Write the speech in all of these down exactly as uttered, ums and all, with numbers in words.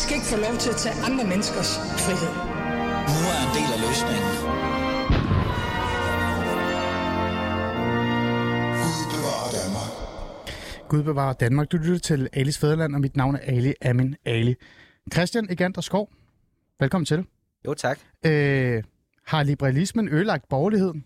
skal ikke få lov til at tage andre menneskers frihed. Nu er en del af løsningen. Gud bevarer Danmark. Gud bevarer Danmark. Du lytter til Alis Fædreland, og mit navn er Ali Amin Ali. Christian Egander Skov, velkommen til. Jo, tak. Øh, har liberalismen ødelagt borgerligheden?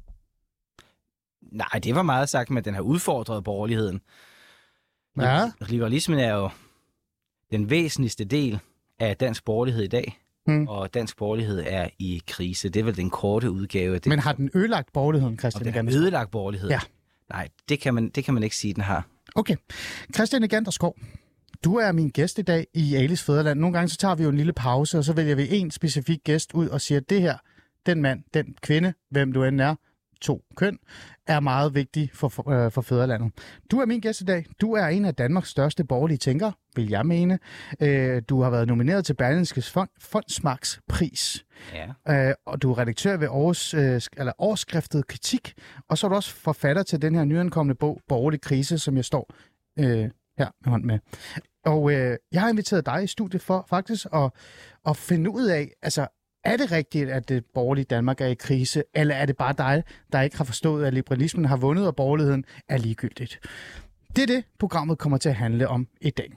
Nej, det var meget sagt, men den har udfordret borgerligheden. Ja. Liberalismen er jo den væsentligste del af dansk borgerlighed i dag, hmm. og dansk borgerlighed er i krise. Det er vel den korte udgave af det. Men har den ødelagt borgerligheden, Christian Egander Egander Skov? Ødelagt borgerligheden? Ja. Nej, det kan, man, det kan man ikke sige, den har. Okay. Christian Egander Skov, du er min gæst i dag i Alis Fædreland. Nogle gange så tager vi jo en lille pause, og så vælger vi en specifik gæst ud og siger, at det her, den mand, den kvinde, hvem du end er, to køn, er meget vigtig for, for, øh, for fædrelandet. Du er min gæst i dag. Du er en af Danmarks største borgerlige tænkere, vil jeg mene. Øh, du har været nomineret til Berlingskes Fond, Fondsmarkspris. Ja. Øh, og du er redaktør ved års, øh, eller årskriftet Kritik. Og så er du også forfatter til den her nyankomne bog, Borgerlig Krise, som jeg står øh, her med hånd med. Og øh, jeg har inviteret dig i studiet for faktisk at, at finde ud af, altså, er det rigtigt, at det borgerlige Danmark er i krise, eller er det bare dig, der ikke har forstået, at liberalismen har vundet, og borgerligheden er ligegyldigt? Det er det, programmet kommer til at handle om i dag.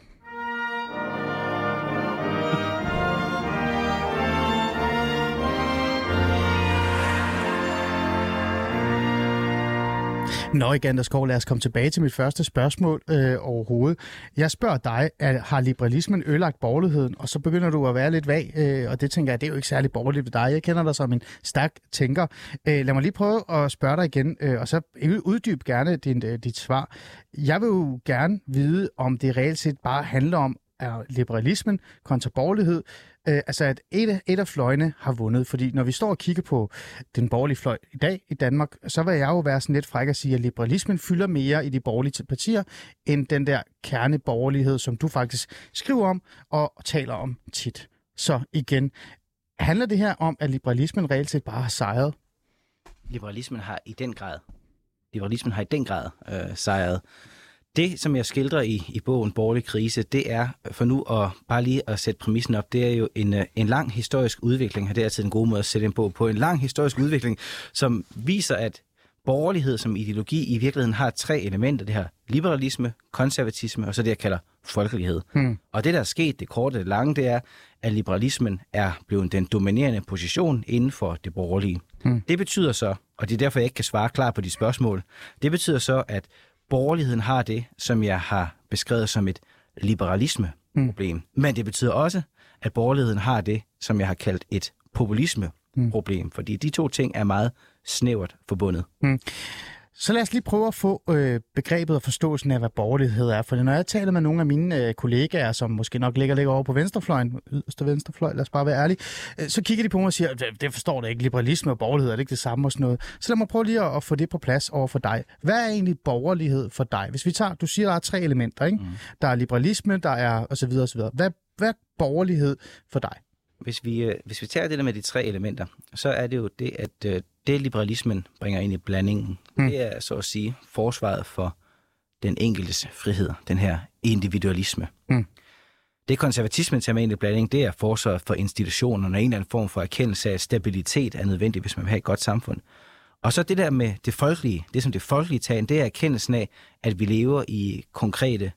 Nå, Egander Skov, lad os komme tilbage til mit første spørgsmål øh, overhovedet. Jeg spørger dig, at har liberalismen ødelagt borgerligheden? Og så begynder du at være lidt vag, øh, og det tænker jeg, det er jo ikke særlig borgerligt ved dig. Jeg kender dig som en stærk tænker. Øh, lad mig lige prøve at spørge dig igen, øh, og så uddyb gerne din, øh, dit svar. Jeg vil jo gerne vide, om det reelt set bare handler om er liberalismen kontra borgerlighed. Øh, altså at et af, et af fløjene har vundet, fordi når vi står og kigger på den borgerlige fløj i dag i Danmark, så vil jeg jo være sådan lidt fræk at sige, at liberalismen fylder mere i de borgerlige partier, end den der kerneborgerlighed, som du faktisk skriver om og taler om tit. Så igen, handler det her om, at liberalismen reelt set bare har sejret? Liberalismen har i den grad, liberalismen har i den grad øh, sejret. Det, som jeg skildrer i, i bogen Borgerlig Krise, det er, for nu at bare lige at sætte præmissen op, det er jo en, en lang historisk udvikling, og det er altid en god måde at sætte en bog på, en lang historisk udvikling, som viser, at borgerlighed som ideologi i virkeligheden har tre elementer. Det her liberalisme, konservatisme og så det, jeg kalder folkelighed. Hmm. Og det, der er sket, det korte og det lange, det er, at liberalismen er blevet den dominerende position inden for det borgerlige. Hmm. Det betyder så, og det er derfor, jeg ikke kan svare klar på de spørgsmål, det betyder så, at borgerligheden har det, som jeg har beskrevet som et liberalisme-problem. Mm. Men det betyder også, at borgerligheden har det, som jeg har kaldt et populisme-problem. Mm. Fordi de to ting er meget snævert forbundet. Mm. Så lad os lige prøve at få øh, begrebet og forståelsen af, hvad borgerlighed er. For når jeg taler med nogle af mine øh, kollegaer, som måske nok ligger, ligger over på venstrefløjen, yderste venstrefløj, lad os bare være ærlige, øh, så kigger de på mig og siger, det, det forstår det ikke, liberalisme og borgerlighed er det ikke det samme og sådan noget. Så lad mig prøve lige at, at få det på plads over for dig. Hvad er egentlig borgerlighed for dig? Hvis vi tager, du siger, der er tre elementer, ikke? Mm. Der er liberalisme, der er og så videre og så videre. Hvad, hvad er borgerlighed for dig? Hvis vi, øh, hvis vi tager det der med de tre elementer, så er det jo det, at øh, det liberalismen bringer ind i blandingen, mm. det er så at sige forsvaret for den enkeltes frihed, den her individualisme. Mm. Det konservatismen tager med ind i blandingen, det er forsvaret for institutionerne, og en eller anden form for erkendelse af stabilitet er nødvendigt, hvis man vil have et godt samfund. Og så det der med det folkelige, det som det folkelige tager, det er erkendelsen af, at vi lever i konkrete,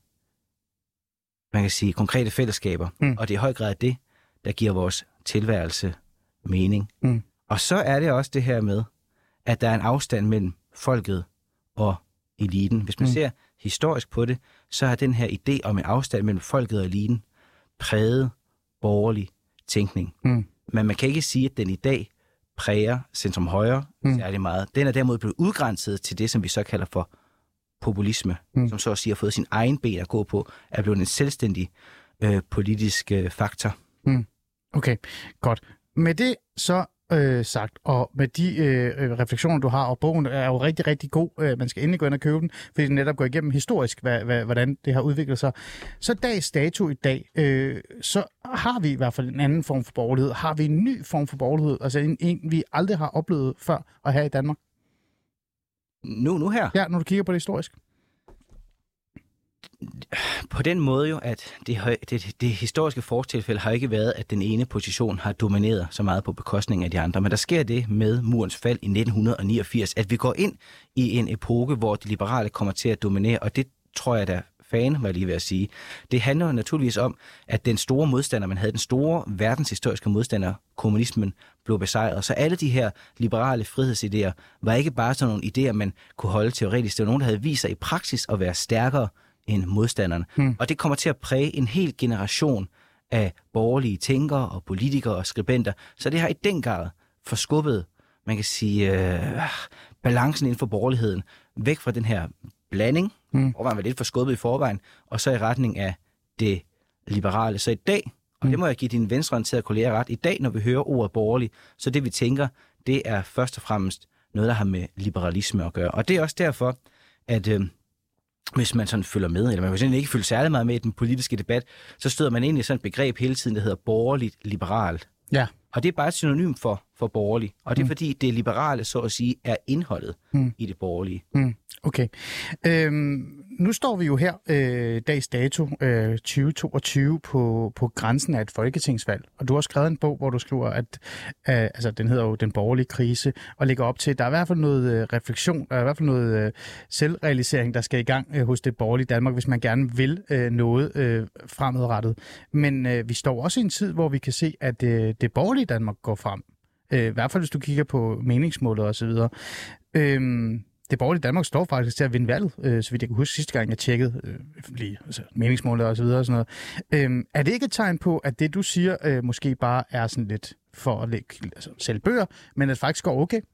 man kan sige, konkrete fællesskaber, mm. og det er i høj grad det, der giver vores tilværelse mening. Mm. Og så er det også det her med, at der er en afstand mellem folket og eliten. Hvis man mm. ser historisk på det, så har den her idé om en afstand mellem folket og eliten præget borgerlig tænkning. Mm. Men man kan ikke sige, at den i dag præger centrum højre mm. særlig meget. Den er derimod blevet udgrænset til det, som vi så kalder for populisme, mm. som så at sige har fået sin egen ben at gå på, er blevet en selvstændig øh, politisk øh, faktor. Mm. Okay, godt. Med det så øh, sagt, og med de øh, refleksioner, du har, og bogen er jo rigtig, rigtig god. Øh, man skal endelig gå ind og købe den, fordi den netop går igennem historisk, hvad, hvad, hvordan det har udviklet sig. Så dags dato i dag, øh, så har vi i hvert fald en anden form for borgerlighed. Har vi en ny form for borgerlighed, altså en, en vi aldrig har oplevet før at have i Danmark? Nu, nu her? Ja, når du kigger på det historisk. på den måde jo, at det, det, det historiske fortilfælde har ikke været, at den ene position har domineret så meget på bekostning af de andre. Men der sker det med murens fald i nitten niogfirs, at vi går ind i en epoke, hvor de liberale kommer til at dominere, og det tror jeg da fan, var jeg lige ved at sige. Det handler jo naturligvis om, at den store modstander, man havde, den store verdenshistoriske modstander, kommunismen, blev besejret. Så alle de her liberale frihedsidéer var ikke bare sådan nogle idéer, man kunne holde teoretisk. Det var nogen, der havde vist sig i praksis at være stærkere end modstanderne. Hmm. Og det kommer til at præge en hel generation af borgerlige tænkere og politikere og skribenter. Så det har i den grad forskubbet, man kan sige, øh, balancen inden for borgerligheden, væk fra den her blanding, hmm. hvor man var lidt forskubbet i forvejen, og så i retning af det liberale. Så i dag, og det må jeg give din venstreorienterede kolleger ret, i dag, når vi hører ordet borgerlig, så det vi tænker, det er først og fremmest noget, der har med liberalisme at gøre. Og det er også derfor, at øh, hvis man sådan følger med, eller man vil ikke følge særlig meget med i den politiske debat, så støder man ind i sådan et begreb hele tiden, der hedder borgerligt liberalt. Ja. Og det er bare et synonym for, for borgerlig. Og det er mm. fordi, det liberale, så at sige, er indholdet mm. i det borgerlige. Mm. Okay. Øhm, nu står vi jo her, øh, dags dato øh, tyve toogtyve, på, på grænsen af et folketingsvalg. Og du har skrevet en bog, hvor du skriver, at øh, altså, den hedder jo Den borgerlige krise, og lægger op til, at der er i hvert fald noget øh, refleksion, der er i hvert fald noget øh, selvrealisering, der skal i gang øh, hos det borgerlige Danmark, hvis man gerne vil øh, noget øh, fremadrettet. Men øh, vi står også i en tid, hvor vi kan se, at øh, det borgerlige Danmark går frem. Øh, I hvert fald, hvis du kigger på meningsmålet og så videre. Øh, Det borgerlige Danmark står faktisk til at vinde valget, øh, så vidt jeg kan huske sidste gang, jeg tjekkede øh, lige, altså, meningsmålet og så videre og sådan noget. Øh, er det ikke et tegn på, at det, du siger, øh, måske bare er sådan lidt for at lægge, altså, sælge bøger, men at det faktisk går okay?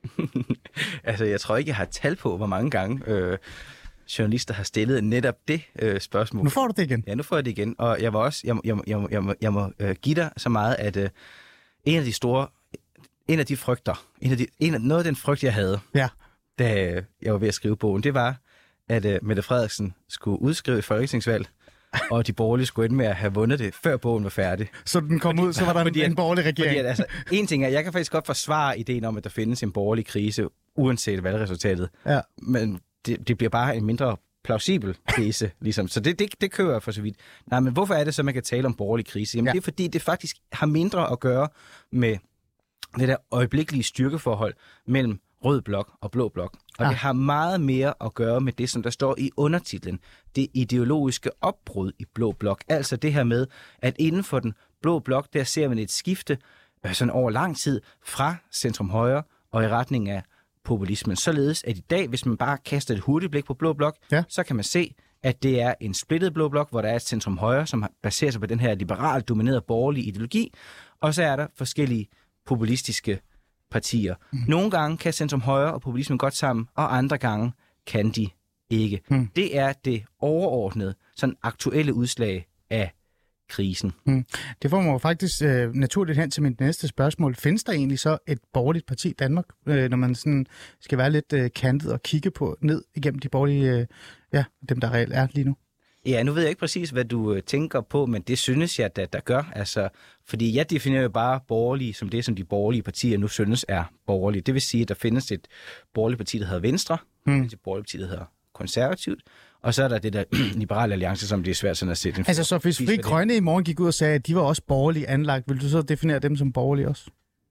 Altså, jeg tror ikke, jeg har tal på, hvor mange gange øh, journalister har stillet netop det øh, spørgsmål. Nu får du det igen. Ja, nu får jeg det igen. Og jeg var også, jeg, jeg, jeg, jeg, må, jeg må øh, give dig så meget, at øh, en af de store, en af de frygter, en af de, en af, noget af den frygt, jeg havde, ja. da jeg var ved at skrive bogen, det var, at uh, Mette Frederiksen skulle udskrive et folketingsvalg, og de borgerlige skulle ende med at have vundet det, før bogen var færdig. Så den kom fordi, ud, så var der fordi, en, en borgerlig regering? Fordi, at, altså, en ting er, jeg kan faktisk godt forsvare ideen om, at der findes en borgerlig krise, uanset valgresultatet. Ja. Men det, det bliver bare en mindre plausibel krise, ligesom. Så det, det, det kører jeg for så vidt. Nej, men hvorfor er det så, man kan tale om borgerlig krise? Jamen, ja. Det er fordi, det faktisk har mindre at gøre med det der øjeblikkelige styrkeforhold mellem rød blok og blå blok. Og ja. Det har meget mere at gøre med det, som der står i undertitlen. Det ideologiske opbrud i blå blok. Altså det her med, at inden for den blå blok, der ser man et skifte øh, sådan over lang tid fra centrum højre og i retning af populismen. Således at i dag, hvis man bare kaster et hurtigt blik på blå blok, ja. Så kan man se, at det er en splittet blå blok, hvor der er et centrum højre, som baserer sig på den her liberalt dominerede borgerlige ideologi. Og så er der forskellige populistiske partier. Mm. Nogle gange kan centrum højre og populismen godt sammen, og andre gange kan de ikke. Mm. Det er det overordnede, sådan aktuelle udslag af krisen. Mm. Det får mig faktisk øh, naturligt hen til mit næste spørgsmål. Findes der egentlig så et borgerligt parti i Danmark, øh, når man sådan skal være lidt øh, kantet og kigge på ned igennem de borgerlige, øh, ja, dem der reelt er lige nu? Ja, nu ved jeg ikke præcis, hvad du øh, tænker på, men det synes jeg, at der gør. Altså, fordi jeg definerer jo bare borgerlige som det, som de borgerlige partier nu synes er borgerlige. Det vil sige, at der findes et borgerligt parti, der hedder Venstre, hmm. et borgerligt parti, der hedder Konservativt, og så er der det der Liberale Alliance, som det er svært sådan at sætte. Altså, så hvis Fri Grønne i morgen gik ud og sagde, at de var også borgerlige anlagt, vil du så definere dem som borgerlige også?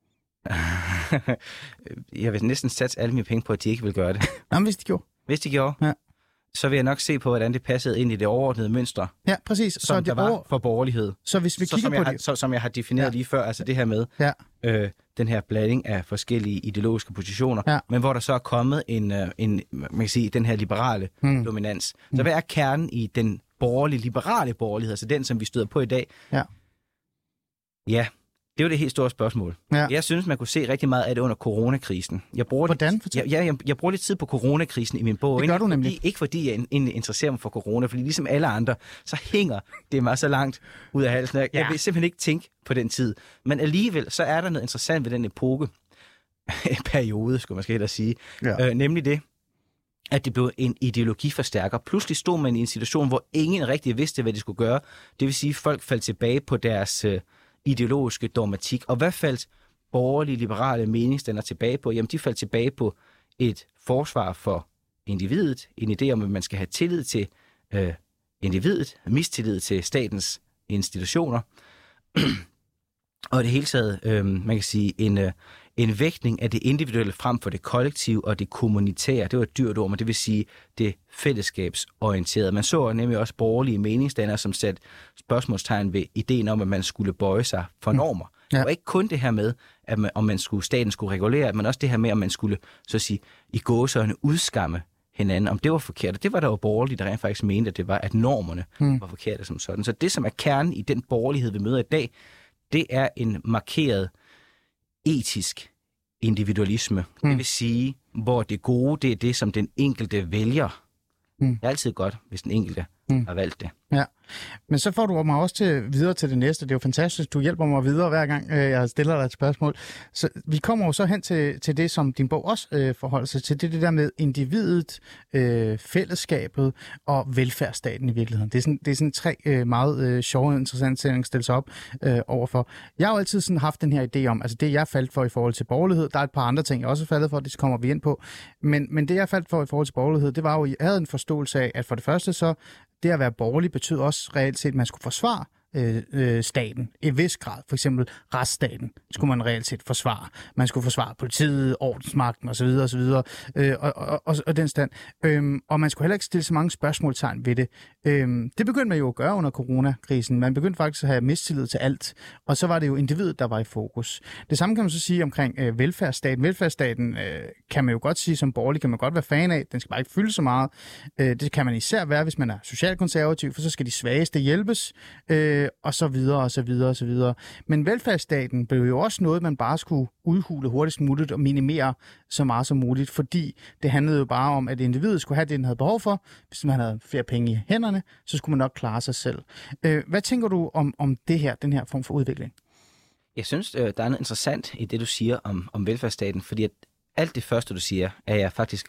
Jeg vil næsten satse alle mine penge på, at de ikke vil gøre det. Nå, hvis de gjorde. Hvis de gjorde? Ja. Så vil jeg nok se på, hvordan det passede ind i det overordnede mønster, ja, præcis. Som så det der var over... for borgerlighed. Så hvis vi så, kigger som på jeg det... har, så, som jeg har defineret ja. lige før, altså det her med ja. øh, den her blanding af forskellige ideologiske positioner, ja. men hvor der så er kommet en, øh, en man kan sige, den her liberale hmm. dominans. Så hmm. hvad er kernen i den borgerlige, liberale borgerlighed, altså den, som vi støder på i dag? Ja. Ja. Det er jo det helt store spørgsmål. Ja. Jeg synes, man kunne se rigtig meget af det under coronakrisen. Jeg bruger Hvordan? Lidt, jeg, jeg, jeg, jeg bruger lidt tid på coronakrisen i min bog. Det gør ikke, du nemlig. Fordi, ikke fordi jeg interesserer mig for corona, fordi ligesom alle andre, så hænger det mig så langt ud af halsen. Jeg, ja. jeg vil simpelthen ikke tænke på den tid. Men alligevel, så er der noget interessant ved den epoke, periode, skulle man måske hellere sige. Ja. Øh, nemlig det, at det blev en ideologiforstærker. Pludselig stod man i en situation, hvor ingen rigtig vidste, hvad de skulle gøre. Det vil sige, at folk faldt tilbage på deres... Øh, ideologiske dogmatik. Og hvad faldt borgerlige, liberale meningsstandere tilbage på? Jamen, de faldt tilbage på et forsvar for individet, en idé om, at man skal have tillid til øh, individet, mistillid til statens institutioner, og i det hele taget, øh, man kan sige, en, øh, en vægtning af det individuelle frem for det kollektive og det kommunitære. Det var et dyrt ord, men det vil sige det fællesskabsorienterede. Man så nemlig også borgerlige meningsdannere, som satte spørgsmålstegn ved ideen om, at man skulle bøje sig for normer. Ja. Det var ikke kun det her med, at man, om man skulle, staten skulle regulere, men også det her med, om man skulle så at sige, i gåseøjne udskamme hinanden, om det var forkert. Det var der jo borgerlige, der rent faktisk mente, at det var, at normerne mm. var forkerte som sådan. Så det, som er kernen i den borgerlighed, vi møder i dag, det er en markeret etisk individualisme. Mm. Det vil sige, hvor det gode, det er det, som den enkelte vælger. Mm. Det er altid godt, hvis den enkelte mm. har valgt det. Ja, men så får du mig også til, videre til det næste. Det er jo fantastisk, du hjælper mig videre hver gang, øh, jeg stiller dig et spørgsmål. Så vi kommer jo så hen til, til det, som din bog også øh, forholder sig til. Det er det der med individet, øh, fællesskabet og velfærdsstaten i virkeligheden. Det er sådan, det er sådan tre øh, meget øh, sjove og interessante ting, at stille sig op øh, overfor. Jeg har jo altid sådan haft den her idé om, altså det jeg faldt for i forhold til borgerlighed, der er et par andre ting, jeg også er faldet for, det kommer vi ind på. Men, men det jeg faldt for i forhold til borgerlighed, det var jo, jeg havde en forståelse af, at for det første så, det at være borgerlig betød også reelt set, at man skulle forsvare øh, øh, staten i vis grad. For eksempel retsstaten skulle man reelt set forsvare. Man skulle forsvare politiet, ordensmagten osv. osv. Øh, og, og, og, og den stand. Øhm, og man skulle heller ikke stille så mange spørgsmålstegn ved det. Øhm, det begyndte man jo at gøre under coronakrisen. Man begyndte faktisk at have mistillid til alt. Og så var det jo individet, der var i fokus. Det samme kan man så sige omkring øh, velfærdsstaten. Velfærdsstaten øh, kan man jo godt sige som borgerlig, kan man godt være fan af. Den skal bare ikke fylde så meget. Øh, det kan man især være, hvis man er socialkonservativ, for så skal de svageste hjælpes. Øh, og så videre, og så videre, og så videre. Men velfærdsstaten blev jo også noget, man bare skulle udhule hurtigst muligt og minimere så meget som muligt, fordi det handlede jo bare om, at individet skulle have det, den havde behov for. Hvis man havde flere penge i hænderne, så skulle man nok klare sig selv. Øh, hvad tænker du om, om det her, den her form for udvikling? Jeg synes, der er noget interessant i det, du siger om, om velfærdsstaten, fordi at alt det første, du siger, er jeg faktisk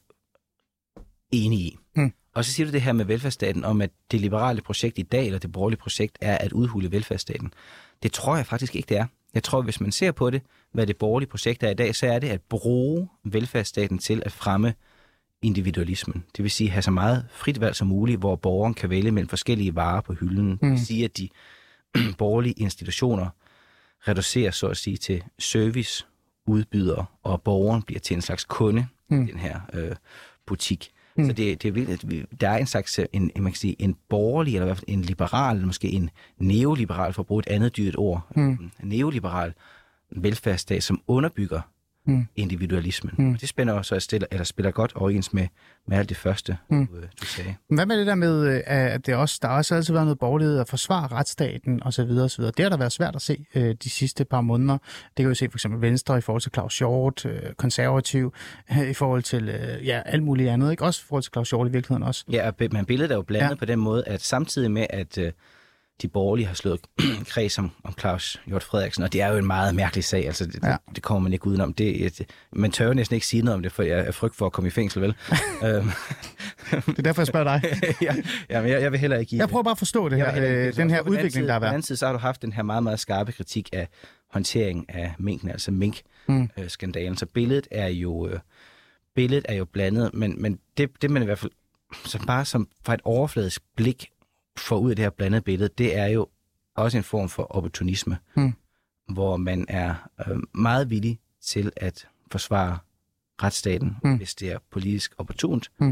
enig i. Hmm. Og så siger du det her med velfærdsstaten, om at det liberale projekt i dag, eller det borgerlige projekt, er at udhule velfærdsstaten. Det tror jeg faktisk ikke, det er. Jeg tror, hvis man ser på det, hvad det borgerlige projekt er i dag, så er det at bruge velfærdsstaten til at fremme individualismen. Det vil sige, have så meget frit valg som muligt, hvor borgeren kan vælge mellem forskellige varer på hylden. Mm. Det vil sige, at de borgerlige institutioner reducerer, så at sige, til serviceudbydere, og borgeren bliver til en slags kunde mm. i den her øh, butik. Mm. Så det, det er vigtigt, at der er en slags en, man kan sige, en borgerlig, eller i hvert fald en liberal, eller måske en neoliberal, for at bruge et andet dyrt ord, mm. en neoliberal velfærdsstat, som underbygger mm. individualismen. Mm. Og det spænder også, at stiller, eller spiller godt overens med, med alt det første, mm. du, du sagde. Hvad med det der med, at det også, der også altid været noget borgerlighed at forsvare retsstaten osv. osv. Det har da været svært at se øh, de sidste par måneder. Det kan vi se for eksempel Venstre i forhold til Claus Hjort, øh, konservativ øh, i forhold til øh, ja, alt muligt andet. Ikke? Også i forhold til Claus Hjort i virkeligheden også. Ja, men billedet er jo blandet ja. på den måde, at samtidig med, at øh, de borgerlige har slået kreds om, om Claus Hjort Frederiksen, og det er jo en meget mærkelig sag, altså det, ja. det, det kommer man ikke udenom. Det, det, man tør jo næsten ikke sige noget om det, for jeg er frygt for at komme i fængsel, vel? Det er derfor, jeg spørger dig. ja, ja, men jeg, jeg vil heller ikke... Jeg prøver bare at forstå det her, øh, den her udvikling, side, der har været. På den anden side, så har du haft den her meget, meget skarpe kritik af håndtering af minken, altså mink-skandalen. Mm. Så billedet er jo, øh, billedet er jo blandet, men, men det, det man i hvert fald, så bare som fra et overfladisk blik, får ud af det her blandede billede, det er jo også en form for opportunisme, mm. hvor man er øh, meget villig til at forsvare retsstaten, mm. hvis det er politisk opportunt, mm.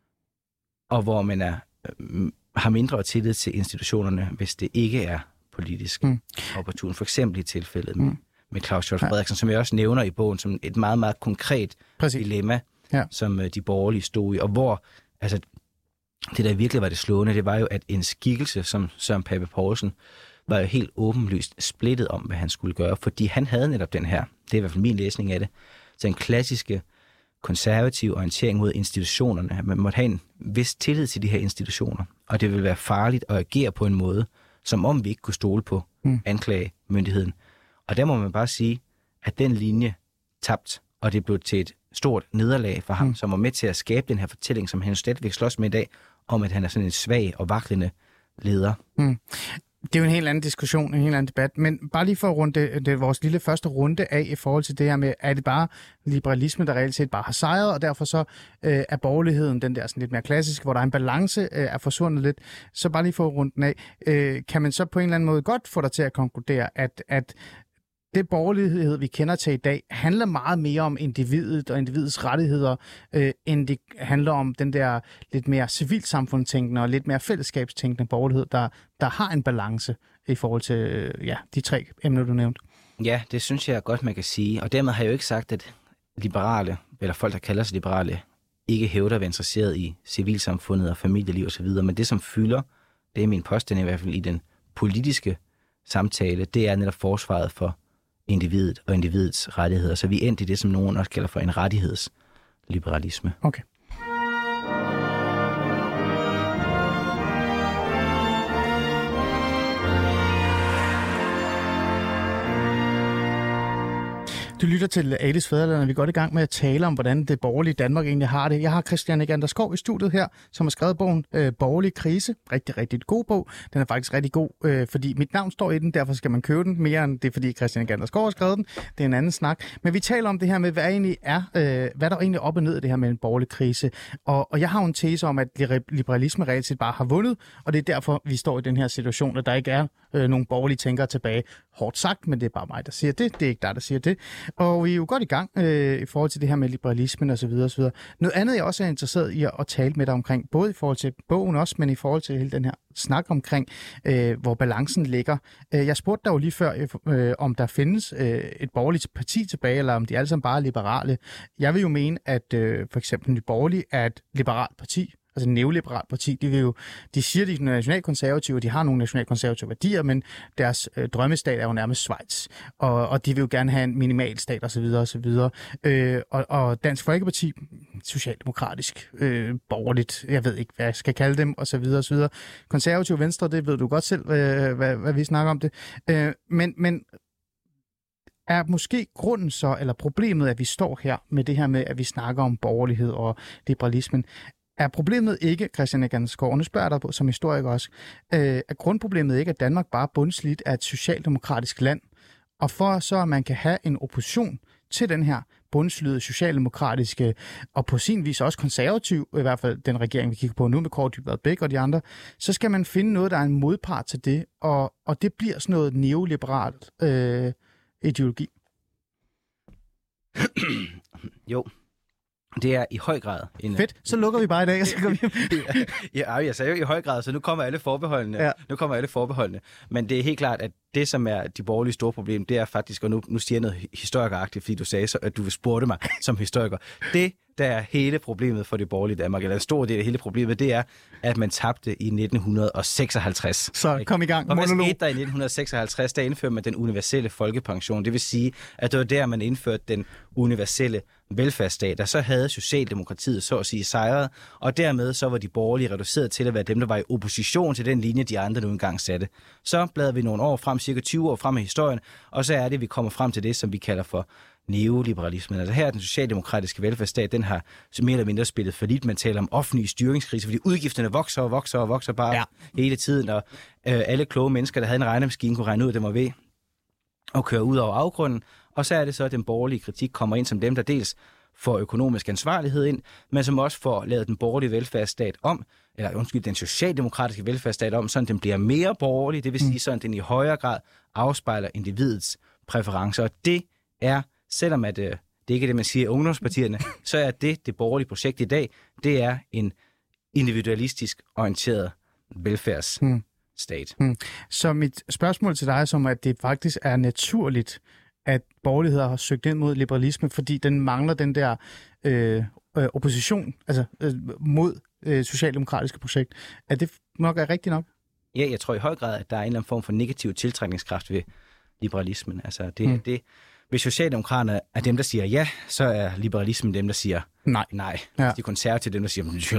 og hvor man er, øh, har mindre tillid til institutionerne, hvis det ikke er politisk mm. opportunt. For eksempel i tilfældet mm. med, med Claus Hjort Frederiksen, ja. som jeg også nævner i bogen som et meget, meget konkret Præcis. dilemma, ja. som øh, de borgerlige stod i, og hvor altså det, der virkelig var det slående, det var jo, at en skikkelse som Søren Pape Poulsen var jo helt åbenlyst splittet om, hvad han skulle gøre, fordi han havde netop den her, det er i hvert fald min læsning af det, så en klassiske konservativ orientering mod institutionerne. Man måtte have en vis tillid til de her institutioner, og det ville være farligt at agere på en måde, som om vi ikke kunne stole på mm. anklagemyndigheden. Og der må man bare sige, at den linje tabt, og det blev til et stort nederlag for ham, mm. som var med til at skabe den her fortælling, som han stadigvæk slås med i dag, om at han er sådan en svag og vaklende leder. Mm. Det er jo en helt anden diskussion, en helt anden debat, men bare lige for at runde det, det, vores lille første runde af i forhold til det her med, er det bare liberalisme, der reelt set bare har sejret, og derfor så øh, er borgerligheden den der sådan lidt mere klassiske, hvor der er en balance, øh, er forsvundet lidt. Så bare lige for at runde den af, øh, kan man så på en eller anden måde godt få dig til at konkludere, at, at det borgerlighed, vi kender til i dag, handler meget mere om individet og individets rettigheder, øh, end det handler om den der lidt mere civilsamfundstænkende og lidt mere fællesskabstænkende borgerlighed, der, der har en balance i forhold til øh, ja, de tre emner, du nævnte. Ja, det synes jeg godt, man kan sige. Og dermed har jeg jo ikke sagt, at liberale, eller folk, der kalder sig liberale, ikke hævder at være interesseret i civilsamfundet og familieliv osv., men det, som fylder, det er min påstand i hvert fald i den politiske samtale, det er netop forsvaret for individet og individets rettigheder. Så vi endte i det, som nogen også kalder for en rettighedsliberalisme. Okay. Du lytter til Alis Fædreland, og vi går i gang med at tale om, hvordan det borgerlige Danmark egentlig har det. Jeg har Christian Egander Skov i studiet her, som har skrevet bogen øh, Borgerlig Krise. Rigtig, rigtig god bog. Den er faktisk rigtig god, øh, fordi mit navn står i den, derfor skal man købe den mere end det, fordi Christian Egander Skov har skrevet den. Det er en anden snak. Men vi taler om det her med, hvad, egentlig er, øh, hvad der egentlig er op og ned af det her med en borgerlig krise. Og, og jeg har en tese om, at liberalisme reelt set bare har vundet, og det er derfor, vi står i den her situation, at der ikke er øh, nogen borgerlige tænkere tilbage. Hårdt sagt, men det er bare mig, der siger det. Det er ikke dig, der siger det. Og vi er jo godt i gang øh, i forhold til det her med liberalismen osv. osv. Noget andet, jeg også er interesseret i at, at tale med dig omkring, både i forhold til bogen også, men i forhold til hele den her snak omkring, øh, hvor balancen ligger. Øh, jeg spurgte dig jo lige før, øh, om der findes øh, et borgerligt parti tilbage, eller om de alle sammen bare er liberale. Jeg vil jo mene, at øh, for eksempel Nye Borgerlige er et liberalt parti, altså et neoliberalt parti. De, vil jo, de siger, de er nationalkonservative, de har nogle nationalkonservative værdier, men deres øh, drømmestat er jo nærmest Schweiz. Og, og de vil jo gerne have en minimalstat osv. osv. Øh, og, og Dansk Folkeparti, socialdemokratisk, øh, borgerligt, jeg ved ikke, hvad jeg skal kalde dem, osv. osv. Konservative Venstre, det ved du godt selv, øh, hvad, hvad vi snakker om det. Øh, men, men er måske grunden så, eller problemet, at vi står her med det her med, at vi snakker om borgerlighed og liberalismen, er problemet ikke, Christian Egander Skov, nu spørger jeg dig på, som historiker også, øh, er grundproblemet ikke, at Danmark bare bundslidt er et socialdemokratisk land, og for så, at man kan have en opposition til den her bundslidede socialdemokratiske, og på sin vis også konservativ, i hvert fald den regering, vi kigger på nu med Kaare Dybvad Bek og de andre, så skal man finde noget, der er en modpart til det, og, og det bliver sådan noget neoliberalt øh, ideologi. Jo. Det er i høj grad en... Fedt, så lukker vi bare i dag, og så går vi... ja, jeg sagde jo i høj grad, så nu kommer alle forbeholdene. Ja. Nu kommer alle forbeholdene. Men det er helt klart, at det, som er de borgerlige store problem, det er faktisk, og nu, nu siger jeg noget historikeragtigt, fordi du sagde, så, at du vil spurgte mig som historiker. Det, der er hele problemet for det borgerlige Danmark, eller en stor del af hele problemet, det er, at man tabte i nitten seksoghalvtreds. Så kom i gang. Og hvad skete der i nitten seksoghalvtreds? Der indførte man den universelle folkepension. Det vil sige, at det var der, man indførte den universelle velfærdsstat, og så havde Socialdemokratiet så at sige sejret, og dermed så var de borgerlige reduceret til at være dem, der var i opposition til den linje, de andre nu engang satte. Så bladrede vi nogle år frem, cirka tyve år frem i historien, og så er det, vi kommer frem til det, som vi kalder for neoliberalismen. Altså her er den socialdemokratiske velfærdsstat, den har mere eller mindre spillet for lidt. Man taler om offentlige styringskriser, fordi udgifterne vokser og vokser og vokser bare ja. hele tiden, og øh, alle kloge mennesker, der havde en regnemaskine, kunne regne ud, at det var ved at køre ud over afgrunden. Og så er det så, at den borgerlige kritik kommer ind som dem, der dels får økonomisk ansvarlighed ind, men som også får lavet den borgerlige velfærdsstat om, eller undskyld, den socialdemokratiske velfærdsstat om, så den bliver mere borgerlig, det vil sige, så den i højere grad afspejler individets præferencer. Og det er, selvom at, øh, det ikke er det, man siger i ungdomspartierne, så er det det borgerlige projekt i dag, det er en individualistisk orienteret velfærdsstat. Hmm. Hmm. Så mit spørgsmål til dig er som, at det faktisk er naturligt, at borgerligheder har søgt ind mod liberalisme, fordi den mangler den der øh, øh, opposition altså, øh, mod øh, socialdemokratiske projekt. Er det nok er rigtigt nok? Ja, jeg tror i høj grad, at der er en eller anden form for negativ tiltrækningskraft ved liberalismen. Altså det, hmm. det, hvis socialdemokraterne er dem, der siger ja, så er liberalismen dem, der siger nej. nej. Ja. De konservative dem, der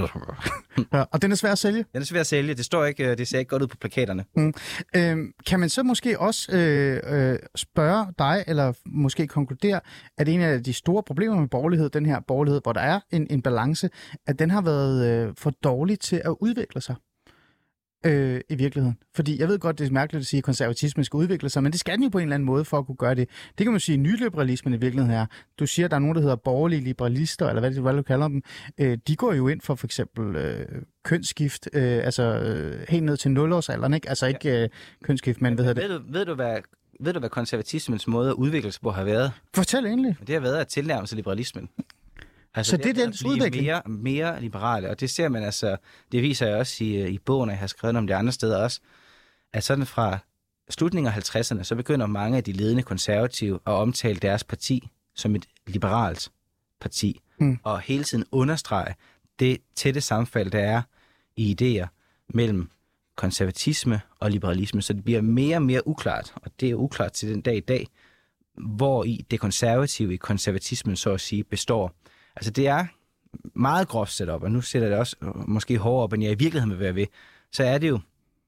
siger ja, og den er svær at sælge? Den er svær at sælge. Det står ikke, det ser ikke godt ud på plakaterne. Mm. Øhm, kan man så måske også øh, øh, spørge dig, eller måske konkludere, at en af de store problemer med borgerlighed, den her borgerlighed, hvor der er en, en balance, at den har været øh, for dårlig til at udvikle sig? øh, i virkeligheden. Fordi jeg ved godt, det er mærkeligt at sige, at konservatismen skal udvikle sig, men det skal den jo på en eller anden måde for at kunne gøre det. Det kan man sige, at nyliberalismen i virkeligheden er. Du siger, at der er nogen, der hedder borgerlige liberalister, eller hvad, det, hvad du kalder dem. Øh, de går jo ind for for eksempel øh, kønsskift, øh, altså øh, helt ned til nul-årsalderen, ikke? Altså ikke øh, kønsskift, men hvad hedder det? Ved du, ved du, hvad, ved du, hvad konservatismens måde at udvikle sig på har været? Fortæl endelig. Det har været at tilnærme sig liberalismen. Altså, så det, det er dens udvikling? Mere, mere liberale, og det ser man altså, det viser jeg også i, i bogen, og jeg har skrevet om det andre steder også, at sådan fra slutningen af halvtredserne, så begynder mange af de ledende konservative at omtale deres parti som et liberalt parti, mm. og hele tiden understrege det tætte sammenfald, der er i idéer mellem konservatisme og liberalisme, så det bliver mere og mere uklart, og det er uklart til den dag i dag, hvor i det konservative i konservatismen så at sige består. Altså det er meget groft sat op, og nu sætter det også måske hårdere op, end jeg i virkeligheden vil være ved. Så er det jo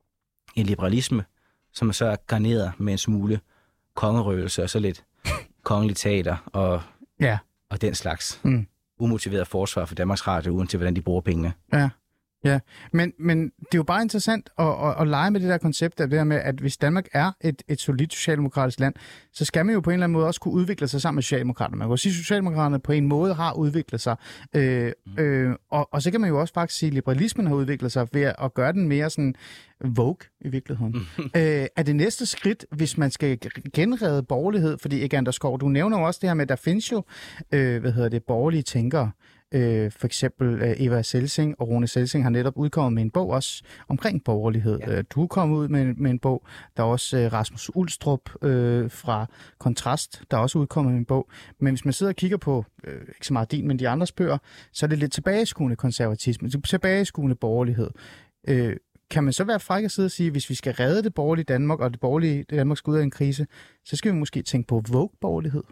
en liberalisme, som så er garneret med en smule kongerøgelse og så lidt kongelig teater og, ja. og den slags mm. umotiveret forsvar for Danmarks Radio, uanset hvordan de bruger pengene. Ja. Ja, men, men det er jo bare interessant at, at, at lege med det der koncept af det der med, at hvis Danmark er et, et solidt socialdemokratisk land, så skal man jo på en eller anden måde også kunne udvikle sig sammen med socialdemokraterne. Man kan sige, at socialdemokraterne på en måde har udviklet sig. Øh, øh, og, og så kan man jo også faktisk sige, at liberalismen har udviklet sig ved at gøre den mere sådan vogue i virkeligheden. øh, er det næste skridt, hvis man skal genrede borgerlighed? Fordi ikke Anders Skov, du nævner jo også det her med, at der findes jo, øh, hvad hedder det, borgerlige tænkere. Øh, for eksempel øh, Eva Selsing og Rune Selsing har netop udkommet med en bog også omkring borgerlighed. Ja. Øh, du er kommet ud med, med en bog. Der er også øh, Rasmus Ulstrup øh, fra Kontrast, der er også udkommet med en bog. Men hvis man sidder og kigger på, øh, ikke så meget din, men de andres bøger, så er det lidt tilbageskuende konservatisme, tilbageskuende borgerlighed. Øh, kan man så være fræk at sidde og sige, at hvis vi skal redde det borgerlige Danmark, og det borgerlige Danmark skal ud af en krise, så skal vi måske tænke på vogue-borgerlighed?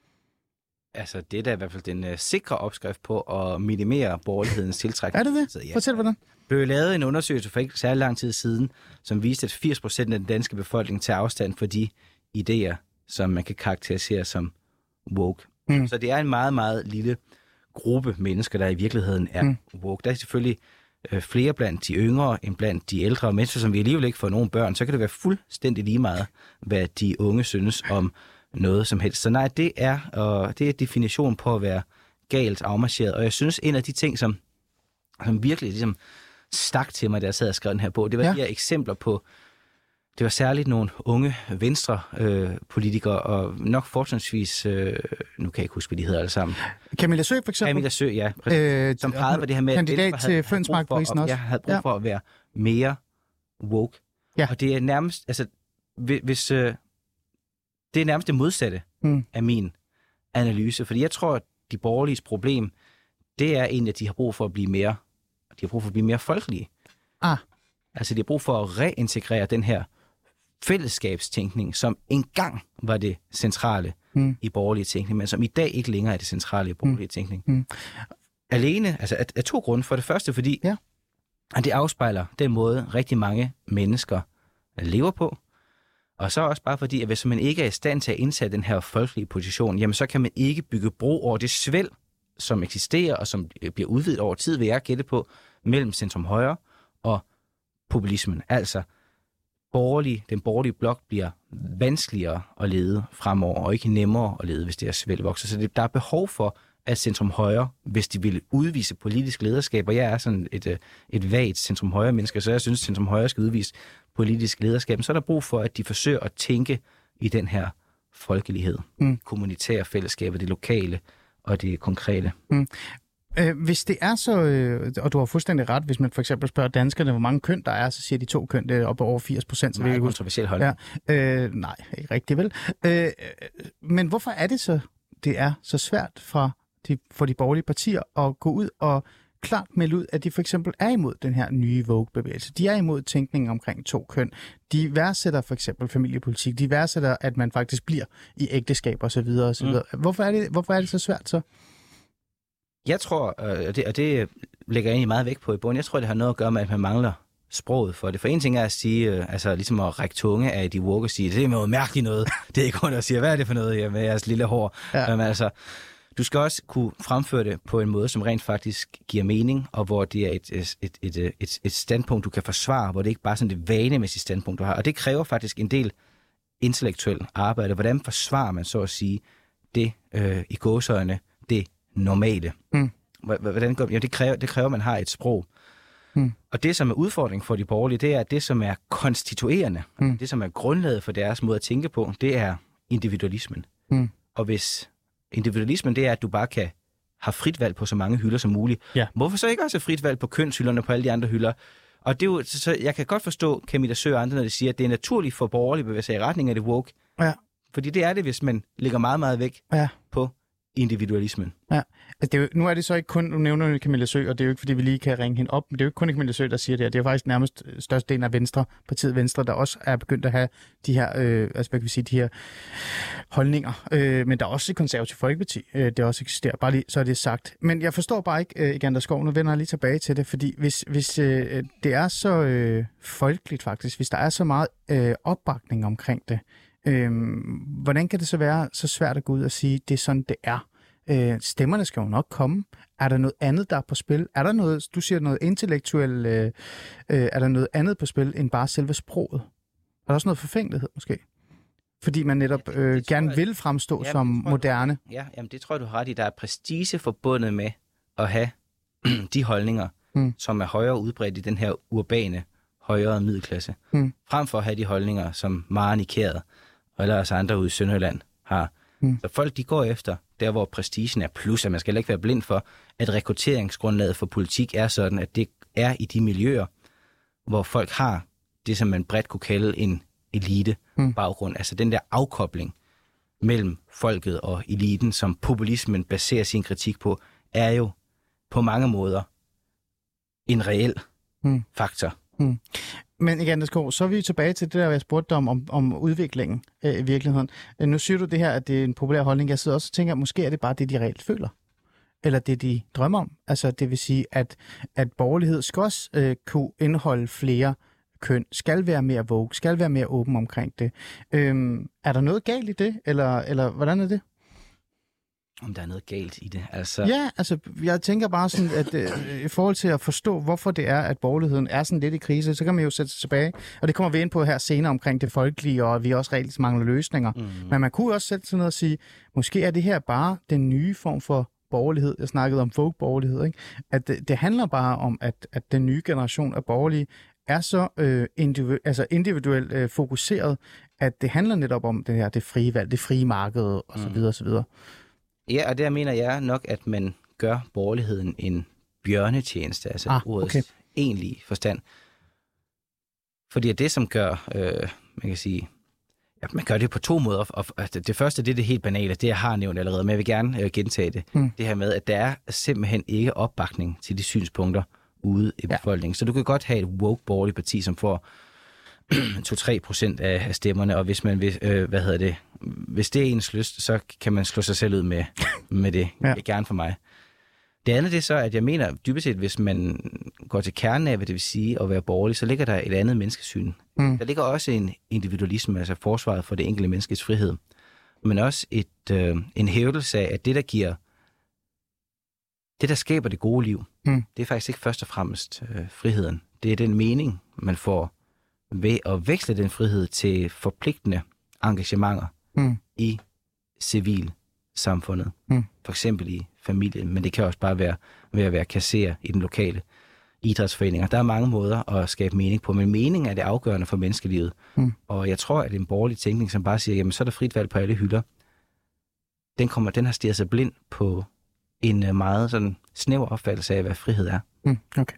Altså, det er da i hvert fald den uh, sikre opskrift på at minimere borgerlighedens tiltrækning. Er det det? Fortæl, hvordan. Der blev lavet en undersøgelse for ikke særlig lang tid siden, som viste, at firs procent af den danske befolkning tager afstand for de idéer, som man kan karakterisere som woke. Mm. Så det er en meget, meget lille gruppe mennesker, der i virkeligheden er mm. woke. Der er selvfølgelig øh, flere blandt de yngre end blandt de ældre mennesker, som vi alligevel ikke får nogen børn. Så kan det være fuldstændig lige meget, hvad de unge synes om noget som helst. Så nej, det er, og det er definition på at være galt afmarcheret. Og jeg synes, en af de ting, som, som virkelig ligesom stak til mig, da jeg sad og skrev den her bog, det var ja. de her eksempler på, det var særligt nogle unge venstre-politikere, øh, og nok fortrinsvis, øh, nu kan jeg ikke huske, hvad de hedder alle sammen. Camilla Sø for eksempel? Camilla Sø, ja. Præcis, øh, som pegede på det her med, kandidat at til Fønsmarkprisen også. Jeg havde brug ja. for at være mere woke. Ja. Og det er nærmest, altså, hvis... Øh, det er nærmest det modsatte mm. af min analyse, fordi jeg tror, at de borgerliges problem, det er egentlig, at de har brug for at blive mere, de har brug for at blive mere folkelige. Ah. Altså, de har brug for at reintegrere den her fællesskabstænkning, som engang var det centrale mm. i borgerlige tænkning, men som i dag ikke længere er det centrale i borgerlige mm. tænkning. Mm. Alene, altså af, af to grunde. For det første, fordi ja. at det afspejler den måde, rigtig mange mennesker lever på, og så også bare fordi, at hvis man ikke er i stand til at indsætte den her folkelige position, jamen så kan man ikke bygge bro over det svæld, som eksisterer og som bliver udvidet over tid, vil jeg gætte på, mellem centrum højre og populismen. Altså, borgerlig, den borgerlige blok bliver vanskeligere at lede fremover, og ikke nemmere at lede, hvis det er svæld vokser. Så det, der er behov for, at centrum højre, hvis de vil udvise politisk lederskab, og jeg er sådan et, et vagt centrum højre menneske, så jeg synes, at centrum højre skal udvise politisk lederskab, så er der brug for, at de forsøger at tænke i den her folkelighed, mm. kommunitære fællesskaber, det lokale og det konkrete. Mm. Øh, hvis det er så, øh, og du har fuldstændig ret, hvis man for eksempel spørger danskerne, hvor mange køn der er, så siger de to køn, det er op over firs procent. Nej, det er kontroversielt hold. Ja, øh, nej, ikke rigtigt vel. Øh, men hvorfor er det så, det er så svært fra de, for de borgerlige partier at gå ud og klart melde ud, at de for eksempel er imod den her nye Vogue-bevægelse. De er imod tænkningen omkring to køn. De værdsætter for eksempel familiepolitik. De værdsætter, at man faktisk bliver i ægteskab og så videre og så videre. Mm. Hvorfor er det, hvorfor er det så svært så? Jeg tror, og det, og det lægger jeg egentlig meget vægt på i bogen, jeg tror, det har noget at gøre med, at man mangler sproget for det. For en ting er at sige, altså ligesom at række tunge af de woke og sige, det er noget mærkeligt noget. Det er ikke kun at sige, hvad er det for noget med jeres lille hår? Ja. Men altså, du skal også kunne fremføre det på en måde, som rent faktisk giver mening, og hvor det er et, et, et, et, et, et standpunkt, du kan forsvare, hvor det ikke bare er sådan det vanemæssige standpunkt, du har. Og det kræver faktisk en del intellektuel arbejde. Hvordan forsvarer man så at sige det øh, i gåseøjne, det normale? Mm. Hvordan går, jamen det, kræver, det kræver, at man har et sprog. Mm. Og det, som er udfordringen for de borgerlige, det er, at det, som er konstituerende, mm. det, som er grundlaget for deres måde at tænke på, det er individualismen. Mm. Og hvis individualismen, det er, at du bare kan have frit valg på så mange hylder som muligt, ja. Hvorfor så ikke også have frit valg på kønshylderne på alle de andre hylder? Og det er jo, så jeg kan godt forstå Camilla Sø og andre, når de siger, at det er naturligt for borgerlige at bevæge sig i retning af det woke. Ja. Fordi det er det, hvis man ligger meget, meget væk ja. På individualismen. Ja, altså det er jo, nu er det så ikke kun, nu nævner du Camilla Sø, og det er jo ikke, fordi vi lige kan ringe hende op, men det er jo ikke kun Camilla Sø, der siger det her. Det er jo faktisk nærmest størstedelen af Venstre, partiet Venstre, der også er begyndt at have de her, øh, altså hvad kan vi sige, de her holdninger. Øh, men der er også et konservativt folkeparti, øh, det også eksisterer. Bare lige, så er det sagt. Men jeg forstår bare ikke, øh, Egander Skov, nu vender jeg lige tilbage til det, fordi hvis, hvis øh, det er så øh, folkeligt faktisk, hvis der er så meget øh, opbakning omkring det, Øhm, hvordan kan det så være så svært at gå ud og sige, det er sådan, det er? Øh, stemmerne skal jo nok komme. Er der noget andet, der er på spil? Er der noget, du siger noget intellektuelt, øh, øh, er der noget andet på spil, end bare selve sproget? Er der også noget forfængelighed, måske? Fordi man netop ja, det, øh, det gerne jeg, vil fremstå ja, som tror, moderne. Du, ja, jamen, det tror jeg, du har ret i. Der er prestige forbundet med at have de holdninger, hmm. som er højere udbredt i den her urbane, højere middelklasse. Hmm. Frem for at have de holdninger, som Maren i Kæret og eller os andre ude i Sønderjylland har. Mm. Så folk, de går efter der, hvor prestigen er plus, at man skal ikke være blind for, at rekrutteringsgrundlaget for politik er sådan, at det er i de miljøer, hvor folk har det, som man bredt kunne kalde en elite-baggrund. Mm. Altså den der afkobling mellem folket og eliten, som populismen baserer sin kritik på, er jo på mange måder en reel mm. faktor. Mm. Men igen, så er vi tilbage til det der, jeg spurgte dig om, om, om udviklingen øh, i virkeligheden. Øh, nu siger du det her, at det er en populær holdning. Jeg sidder også og tænker, at måske er det bare det, de reelt føler. Eller det, de drømmer om. Altså det vil sige, at, at borgerlighed skal også øh, kunne indeholde flere køn, skal være mere woke, skal være mere åben omkring det. Øh, er der noget galt i det, eller, eller hvordan er det? Om der er noget galt i det, altså... Ja, altså, jeg tænker bare sådan, at øh, i forhold til at forstå, hvorfor det er, at borgerligheden er sådan lidt i krise, så kan man jo sætte sig tilbage, og det kommer vi ind på her senere omkring det folkelige, og vi også reelt mangler løsninger. Mm. Men man kunne også sætte sig ned og sige, måske er det her bare den nye form for borgerlighed. Jeg snakkede om folk-borgerlighed, ikke? At det, det handler bare om, at, at den nye generation af borgerlige er så øh, individu- altså individuelt øh, fokuseret, at det handler netop om det her, det frie valg, det frie marked, og så videre, og så videre. Ja, og der mener jeg nok, at man gør borgerligheden en bjørnetjeneste, altså ah, ordets okay. egentlige forstand. Fordi det, som gør, øh, man kan sige, ja, man gør det på to måder. Og, og det første, det er det helt banale, det jeg har nævnt allerede, men jeg vil gerne øh, gentage det. Hmm. Det her med, at der er simpelthen ikke opbakning til de synspunkter ude i befolkningen. Ja. Så du kan godt have et woke borgerligt parti, som får to til tre procent af stemmerne, og hvis man vil, øh, hvad hedder det, hvis det er ens lyst, så kan man slå sig selv ud med, med det. Ja. Det er gerne for mig. Det andet det er så, at jeg mener dybest set, hvis man går til kernen af, hvad det vil sige at være borgerlig, så ligger der et andet menneskesyn. Mm. Der ligger også en individualisme, altså forsvaret for det enkelte menneskets frihed, men også et, øh, en hævdelse af, at det, der giver, det, der skaber det gode liv, mm. det er faktisk ikke først og fremmest øh, friheden. Det er den mening, man får ved at veksle den frihed til forpligtende engagementer mm. i civilsamfundet. Mm. For eksempel i familien, men det kan også bare være ved at være kasserer i den lokale idrætsforeninger. Der er mange måder at skabe mening på, men mening er det afgørende for menneskelivet. Mm. Og jeg tror, at en borgerlig tænkning, som bare siger, jamen så er der frit valg på alle hylder, den, kommer, den har stirret sig blind på en meget sådan snæver opfattelse af, hvad frihed er. Mm. Okay.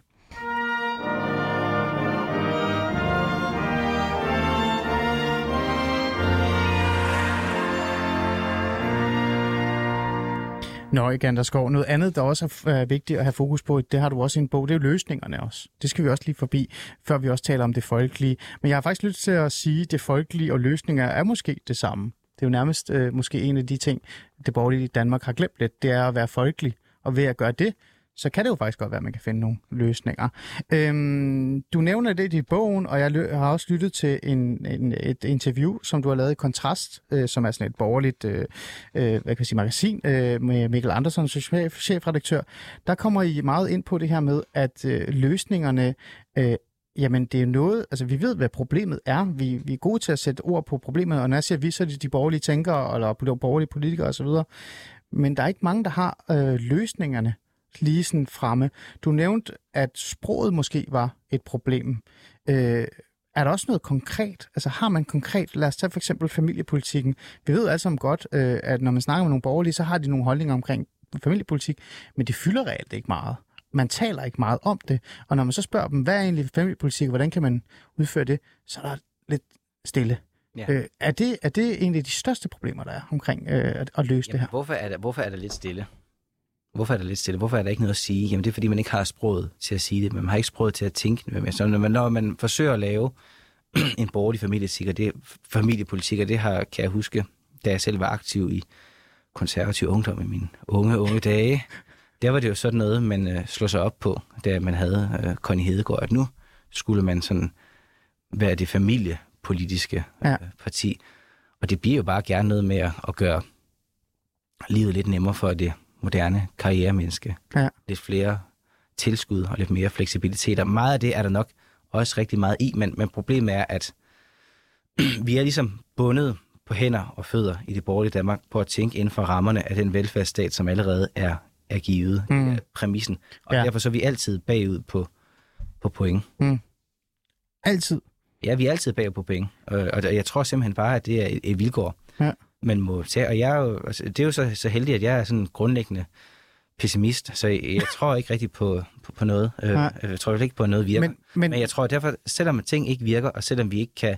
Nå, Egander Skov. Noget andet, der også er vigtigt at have fokus på, det har du også i en bog, det er jo løsningerne også. Det skal vi også lige forbi, før vi også taler om det folkelige. Men jeg har faktisk lyst til at sige, at det folkelige og løsninger er måske det samme. Det er jo nærmest øh, måske en af de ting, det borgerlige i Danmark har glemt lidt, det er at være folkelig. Og ved at gøre det, så kan det jo faktisk godt være, at man kan finde nogle løsninger. Øhm, du nævner det i bogen, og jeg lø- har også lyttet til en, en, et interview, som du har lavet i Kontrast, øh, som er sådan et borgerligt øh, øh, hvad kan jeg sige, magasin øh, med Mikkel Andersen, chef, chefredaktør. Der kommer I meget ind på det her med, at øh, løsningerne øh, jamen, det er noget, altså vi ved, hvad problemet er. Vi, vi er gode til at sætte ord på problemet, og når jeg siger vi, så er det de borgerlige tænkere, eller borgerlige politikere osv. Men der er ikke mange, der har øh, løsningerne lige sådan fremme. Du nævnte, at sproget måske var et problem. Øh, er der også noget konkret? Altså har man konkret, lad os tage for eksempel familiepolitikken. Vi ved alle sammen godt, øh, at når man snakker med nogle borgerlige, så har de nogle holdninger omkring familiepolitik, men det fylder reelt ikke meget. Man taler ikke meget om det, og når man så spørger dem, hvad er egentlig familiepolitik, og hvordan kan man udføre det, så er der lidt stille. Ja. Øh, er, det, er det egentlig de største problemer, der er omkring øh, at, at løse Jamen, det her? Hvorfor er, der, hvorfor er der lidt stille? Hvorfor er der lidt stille? Hvorfor er der ikke noget at sige? Jamen det er, fordi man ikke har sproget til at sige det, men man har ikke sproget til at tænke det. Så når man, når man forsøger at lave en borgerlig familiepolitik, og det, familiepolitik, og det har, kan jeg huske, da jeg selv var aktiv i konservativ ungdom i mine unge, unge dage, der var det jo sådan noget, man øh, slog sig op på, da man havde øh, Connie Hedegaard, at nu skulle man sådan være det familiepolitiske øh, ja. parti. Og det bliver jo bare gerne noget med at, at gøre livet lidt nemmere for det moderne karrieremenneske. Ja. Lidt flere tilskud og lidt mere fleksibilitet. Og meget af det er der nok også rigtig meget i, men, men problemet er, at vi er ligesom bundet på hænder og fødder i det borgerlige Danmark på at tænke inden for rammerne af den velfærdsstat, som allerede er er givet mm. er præmissen. Og ja. derfor så er vi altid bagud på, på point. Mm. Altid? Ja, vi er altid bagud på point. Og, og jeg tror simpelthen bare, at det er et, et vilkår, ja. man må tage. Og jeg er jo, altså, det er jo så, så heldig, at jeg er sådan en grundlæggende pessimist, så jeg, jeg tror ikke rigtig på, på, på noget. Ja. Jeg tror ikke på, at noget virker. Men, men, men jeg tror derfor, selvom ting ikke virker, og selvom vi ikke kan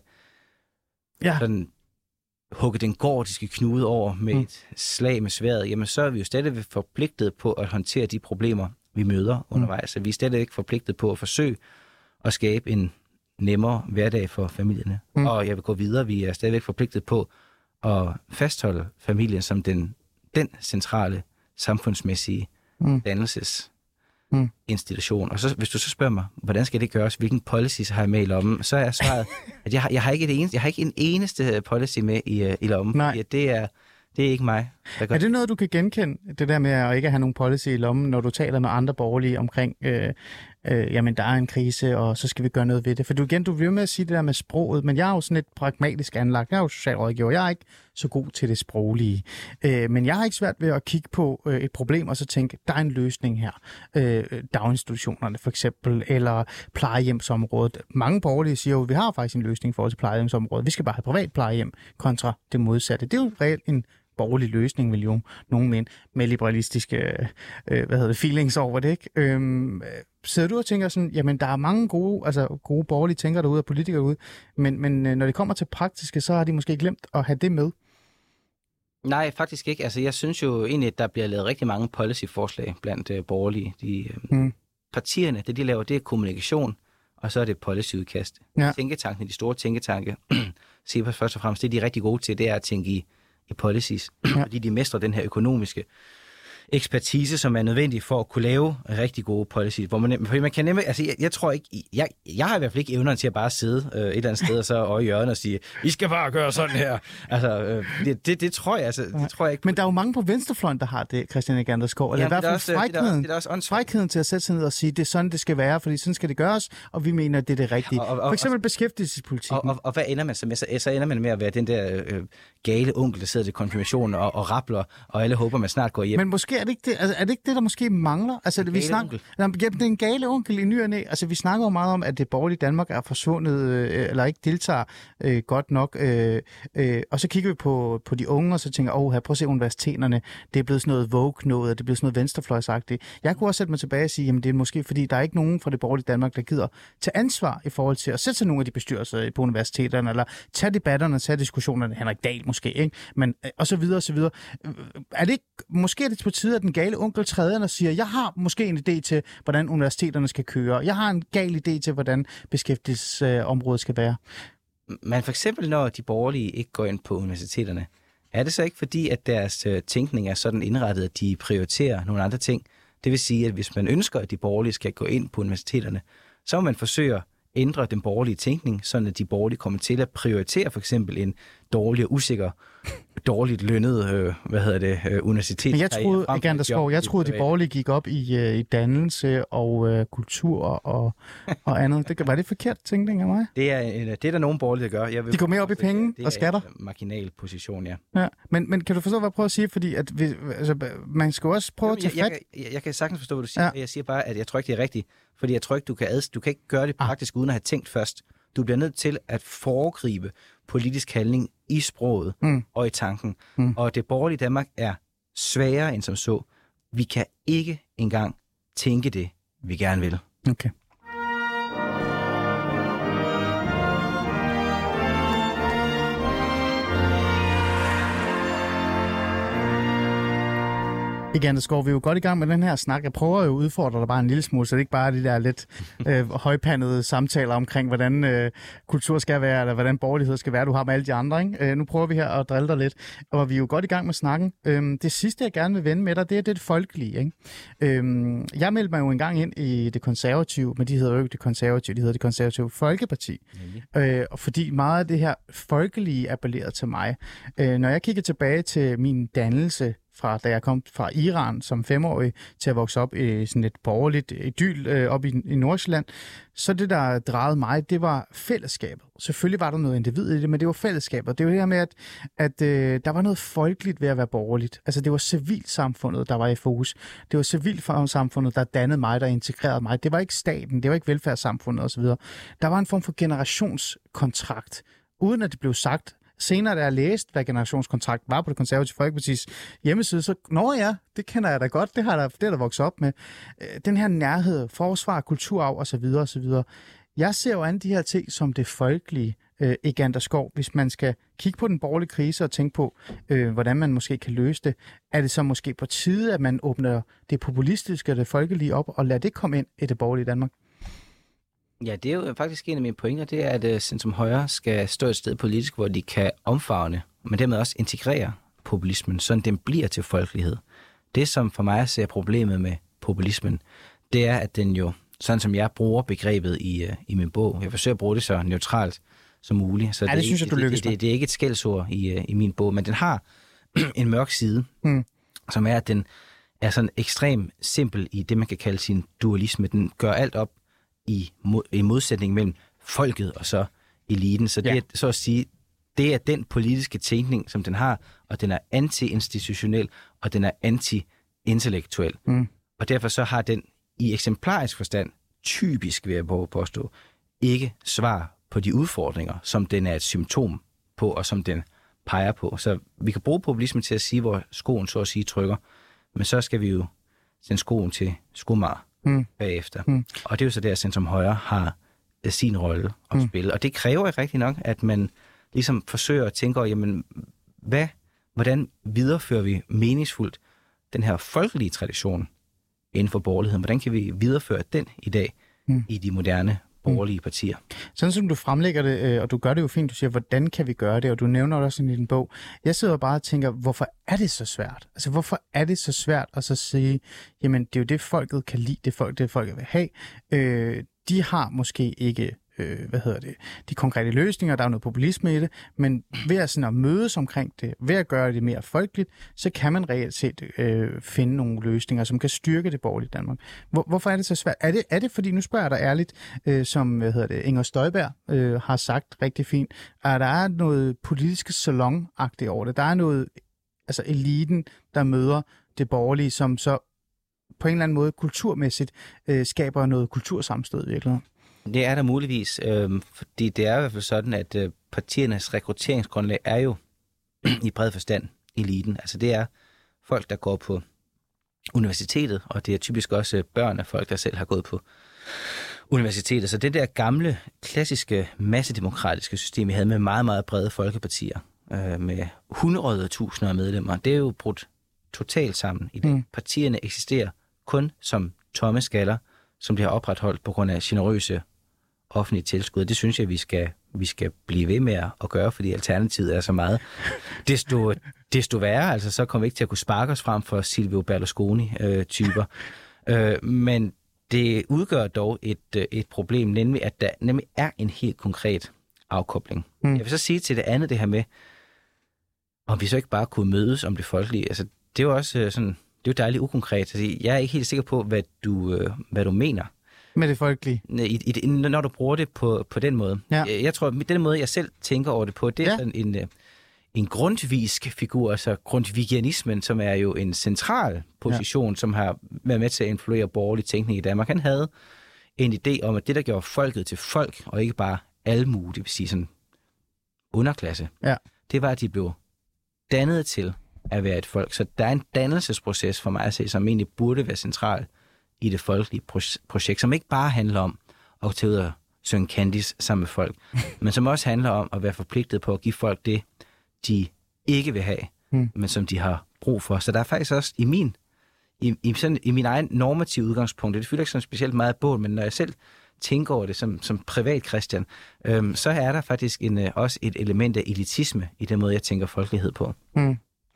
ja. sådan hugge den gordiske knude over med mm. et slag med sværdet, jamen så er vi jo stadig forpligtet på at håndtere de problemer, vi møder undervejs. Så vi er stadig ikke forpligtet på at forsøge at skabe en nemmere hverdag for familierne. Mm. Og jeg vil gå videre, vi er stadigvæk forpligtet på at fastholde familien som den, den centrale samfundsmæssige mm. dannelses mm. institution. Og så, hvis du så spørger mig, hvordan skal det gøres, hvilken policies har jeg med i lommen, så er svaret, at jeg har, jeg har, ikke, et eneste, jeg har ikke en eneste policy med i, i lommen. Nej. Det er, det er ikke mig. Der er det noget, du kan genkende, det der med at ikke have nogen policy i lommen, når du taler med andre borgerlige omkring, øh, øh, jamen der er en krise, og så skal vi gøre noget ved det? For du igen, du vil med at sige det der med sproget, men jeg er jo sådan et pragmatisk anlagt. Jeg er jo socialrådgiver, jeg er ikke så god til det sproglige. Øh, men jeg har ikke svært ved at kigge på øh, et problem, og så tænke, der er en løsning her. Øh, daginstitutionerne for eksempel, eller plejehjemsområdet. Mange borgerlige siger jo, vi har faktisk en løsning i forhold til plejehjemsområdet. Vi skal bare have privat plejehjem kontra det modsatte. Det er jo reelt en borgerlig løsning, vil jo nogen mene, med liberalistiske øh, hvad hedder det, feelings over det, ikke? Øhm, sidder du og tænker sådan, jamen der er mange gode, altså gode borgerlige tænkere derude og politikere derude, men, men når det kommer til praktiske, så har de måske glemt at have det med? Nej, faktisk ikke. Altså jeg synes jo egentlig, at der bliver lavet rigtig mange policy-forslag blandt øh, borgerlige. De, øh, mm. Partierne, det de laver, det er kommunikation, og så er det policyudkast. Ja. Tænketankene, de store tænketanke, siger først og fremmest, det de er rigtig gode til, det er at tænke i i policies, ja. fordi de mestrer den her økonomiske ekspertise, som er nødvendig for at kunne lave rigtig gode policies. Hvor man, for man kan nemlig, altså jeg, jeg tror ikke, jeg, jeg har i hvert fald ikke evnerne til at bare sidde øh, et eller andet sted og så øje i hjørnet og sige, vi skal bare gøre sådan her. Altså, øh, det, det, det tror jeg, altså, det tror jeg ikke. Men der er jo mange på venstrefløjen, der har det, Christian Eganderskov. Eller i hvert fald frækheden, frækheden til at sætte sig ned og sige, det er sådan, det skal være, fordi sådan skal det gøres, og vi mener, det er det rigtige. Og, og, for eksempel beskæftigelsespolitikken. Og, og, og hvad ender man så med? Så, så ender man med at være den der øh, gale onkel, der sidder til konfirmationen og, og rappler, og alle håber, man snart går hjem. Men måske er det ikke det, altså, er det, ikke det der måske mangler? Altså, vi snakker, jamen, det er en gale onkel i ny og næ. Altså, vi snakker jo meget om, at det borgerlige Danmark er forsvundet, øh, eller ikke deltager øh, godt nok. Øh, øh, og så kigger vi på, på de unge, og så tænker, åh, her, prøv at se universiteterne. Det er blevet sådan noget woke noget, og det er blevet sådan noget venstrefløjsagtigt. Jeg kunne også sætte mig tilbage og sige, jamen det er måske, fordi der er ikke nogen fra det borgerlige Danmark, der gider tage ansvar i forhold til at sætte sig nogle af de bestyrelser på universiteterne, eller tage debatterne, tage diskussionerne, Henrik Dahl måske, ikke? Men, og så videre, og så videre. Er det ikke, måske er det på tide, at den gale onkel træder og siger, jeg har måske en idé til, hvordan universiteterne skal køre. Jeg har en gal idé til, hvordan beskæftigelsesområdet skal være. Men for eksempel, når de borgerlige ikke går ind på universiteterne, er det så ikke fordi, at deres tænkning er sådan indrettet, at de prioriterer nogle andre ting, Det vil sige, at hvis man ønsker, at de borgerlige skal gå ind på universiteterne, så må man forsøge at ændre den borgerlige tænkning, sådan at de borgerlige kommer til at prioritere for eksempel en dårlig og usikker, dårligt lønnet, øh, hvad hedder det, øh, universitet. Men jeg troede, Agander Skov, jeg troede, de borgerlige gik op i, øh, i dannelse og øh, kultur og, og andet. Det, var det forkert tænkning af mig? Det er, det er der nogle borgerlige, der gør. Jeg vil de går mere op i penge det og skatter? Det er en marginal position, ja. ja. Men, men kan du forstå, hvad jeg prøver at sige? Fordi at vi, altså, man skal også prøve Jamen, at tage jeg, fat. Jeg, jeg, jeg kan sagtens forstå, hvad du siger. Ja. Jeg siger bare, at jeg tror ikke, det er rigtigt. Fordi jeg tror ikke, du kan, ad, du kan ikke gøre det praktisk, ah. uden at have tænkt først. Du bliver nødt til at foregribe politisk handling i sproget mm. og i tanken. Mm. Og det borgerlige Danmark er sværere end som så. Vi kan ikke engang tænke det, vi gerne vil. Okay. Igen, Skov, vi er jo godt i gang med den her snak. Jeg prøver jo at udfordre dig bare en lille smule, så det ikke bare er de der lidt øh, højpandede samtaler omkring, hvordan øh, kultur skal være, eller hvordan borgerlighed skal være, du har med alle de andre. Ikke? Øh, nu prøver vi her at drille dig lidt, og vi er jo godt i gang med snakken. Øh, det sidste, jeg gerne vil vende med dig, det er det folkelige. Ikke? Øh, jeg meldte mig jo engang ind i det konservative, men de hedder jo ikke det konservative, de hedder det konservative Folkeparti. Øh, og fordi meget af det her folkelige appellerede til mig. Øh, når jeg kigger tilbage til min dannelse, fra da jeg kom fra Iran som femårig til at vokse op i sådan et borgerligt idyl øh, op i, i Nordsjælland, så det, der drejede mig, det var fællesskabet. Selvfølgelig var der noget individ i det, men det var fællesskabet. Det var det her med, at, at øh, der var noget folkeligt ved at være borgerligt. Altså det var civilsamfundet, der var i fokus. Det var civilsamfundet, der dannede mig, der integrerede mig. Det var ikke staten, det var ikke velfærdssamfundet osv. Der var en form for generationskontrakt, uden at det blev sagt. Senere, da jeg læste, hvad generationskontrakt var på det konservative Folkepartis hjemmeside, så, nå ja, det kender jeg da godt, det har der, det er der vokset op med. Den her nærhed, forsvar, kulturarv osv. osv. Jeg ser jo an de her ting som det folkelige, øh, Agander Skov. Hvis man skal kigge på den borgerlige krise og tænke på, øh, hvordan man måske kan løse det, er det så måske på tide, at man åbner det populistiske og det folkelige op og lader det komme ind i det borgerlige Danmark? Ja, det er jo faktisk en af mine pointer, det er, at centrum højre skal stå et sted politisk, hvor de kan omfavne, men dermed også integrere populismen, så den bliver til folkelighed. Det, som for mig ser problemet med populismen, det er, at den jo, sådan som jeg bruger begrebet i, i min bog, jeg forsøger at bruge det så neutralt som muligt, så ja, det, det, synes jeg, du det, lykkes det, det, det er ikke et skældsord i, i min bog, men den har en mørk side, mm. som er, at den er sådan ekstremt simpel i det, man kan kalde sin dualisme. Den gør alt op i, i modsætning mellem folket og så eliten. Så det ja. er så at sige, det er den politiske tænkning, som den har, og den er anti-institutionel, og den er anti-intellektuel. Mm. Og derfor så har den i eksemplarisk forstand, typisk vil jeg påstå, ikke svar på de udfordringer, som den er et symptom på, og som den peger på. Så vi kan bruge populismen til at sige, hvor skoen så at sige trykker, men så skal vi jo sende skoen til skomager mm. bagefter. Mm. Og det er jo så der, at centrum højre har sin rolle at mm. spille. Og det kræver rigtig nok, at man ligesom forsøger at tænke over, jamen, hvad, hvordan viderefører vi meningsfuldt den her folkelige tradition inden for borgerligheden? Hvordan kan vi videreføre den i dag mm. i de moderne borgerlige partier? Sådan som du fremlægger det, og du gør det jo fint, du siger, hvordan kan vi gøre det, og du nævner det også i din bog. Jeg sidder bare og tænker, hvorfor er det så svært? Altså, hvorfor er det så svært at så sige, jamen, det er jo det, folket kan lide, det folk, det folket vil have. Øh, de har måske ikke øh, hvad hedder det, de konkrete løsninger, der er noget populisme i det, men ved at, sådan at mødes omkring det, ved at gøre det mere folkeligt, så kan man reelt set øh, finde nogle løsninger, som kan styrke det borgerlige Danmark. Hvor, hvorfor er det så svært? Er det, er det fordi, nu spørger jeg dig ærligt, øh, som hvad hedder det, Inger Støjberg øh, har sagt rigtig fint, at der er noget politisk salon-agtigt over det. Der er noget, altså eliten, der møder det borgerlige, som så på en eller anden måde kulturmæssigt øh, skaber noget kultursammenstød i virkeligheden. Det er der muligvis, øh, fordi det er i hvert fald sådan, at øh, partiernes rekrutteringsgrundlag er jo i bred forstand eliten. Altså det er folk, der går på universitetet, og det er typisk også øh, børn af folk, der selv har gået på universitetet. Så det der gamle, klassiske, massedemokratiske system, vi havde med meget, meget brede folkepartier, øh, med hundrede tusinder af medlemmer, det er jo brudt totalt sammen i dag. Mm. Partierne eksisterer kun som tomme skaller, som de har opretholdt på grund af generøse offentlige tilskud. Det synes jeg, vi skal, vi skal blive ved med at gøre, fordi alternativet er så meget. Desto, desto værre, altså så kommer vi ikke til at kunne sparke os frem for Silvio Berlusconi-typer. Øh, men det udgør dog et, et problem, nemlig at der nemlig er en helt konkret afkobling. Mm. Jeg vil så sige til det andet, det her med, om vi så ikke bare kunne mødes om det folkelige. Altså, det er jo også sådan, det er jo dejligt ukonkret. Altså, jeg er ikke helt sikker på, hvad du, øh, hvad du mener. Med det folkelige? I, i, når du bruger det på, på den måde. Ja. Jeg, jeg tror, at den måde, jeg selv tænker over det på, det er ja. sådan en, en grundvisk figur, altså grundvigianismen, som er jo en central position, ja. som har været med til at influere borgerlig tænkning i Danmark. Han havde en idé om, at det, der gjorde folket til folk, og ikke bare almue, det vil sige sådan underklasse, ja. det var, at de blev dannet til at være et folk. Så der er en dannelsesproces for mig at se, som egentlig burde være central i det folkelige projekt, som ikke bare handler om at tage ud og synge Candice sammen med folk, men som også handler om at være forpligtet på at give folk det, de ikke vil have, mm. men som de har brug for. Så der er faktisk også i min, i, i, sådan, i min egen normative udgangspunkt, det fylder ikke sådan specielt meget bål, men når jeg selv tænker over det som, som privat Christian, øhm, så er der faktisk en, øh, også et element af elitisme i den måde, jeg tænker folkelighed på. Mm.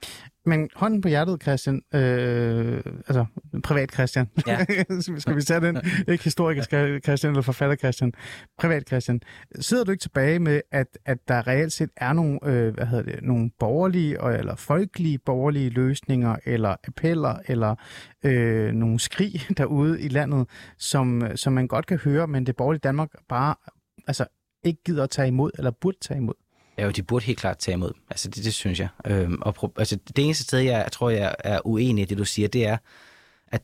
Men hånden på hjertet, Christian, øh, altså privat Christian, ja. skal vi tage den, ikke historiker Christian eller forfatter Christian, privat Christian, sidder du ikke tilbage med, at, at der reelt set er nogle, øh, hvad hedder det, nogle borgerlige eller folkelige borgerlige løsninger, eller appeller, eller øh, nogle skrig derude i landet, som, som man godt kan høre, men det borgerlige Danmark bare altså, ikke gider at tage imod, eller burde tage imod? Ja, jo, de burde helt klart tage imod. Altså, det, det synes jeg. Øhm, og pro- altså, det eneste sted, jeg, jeg tror, jeg er uenig i det, du siger, det er, at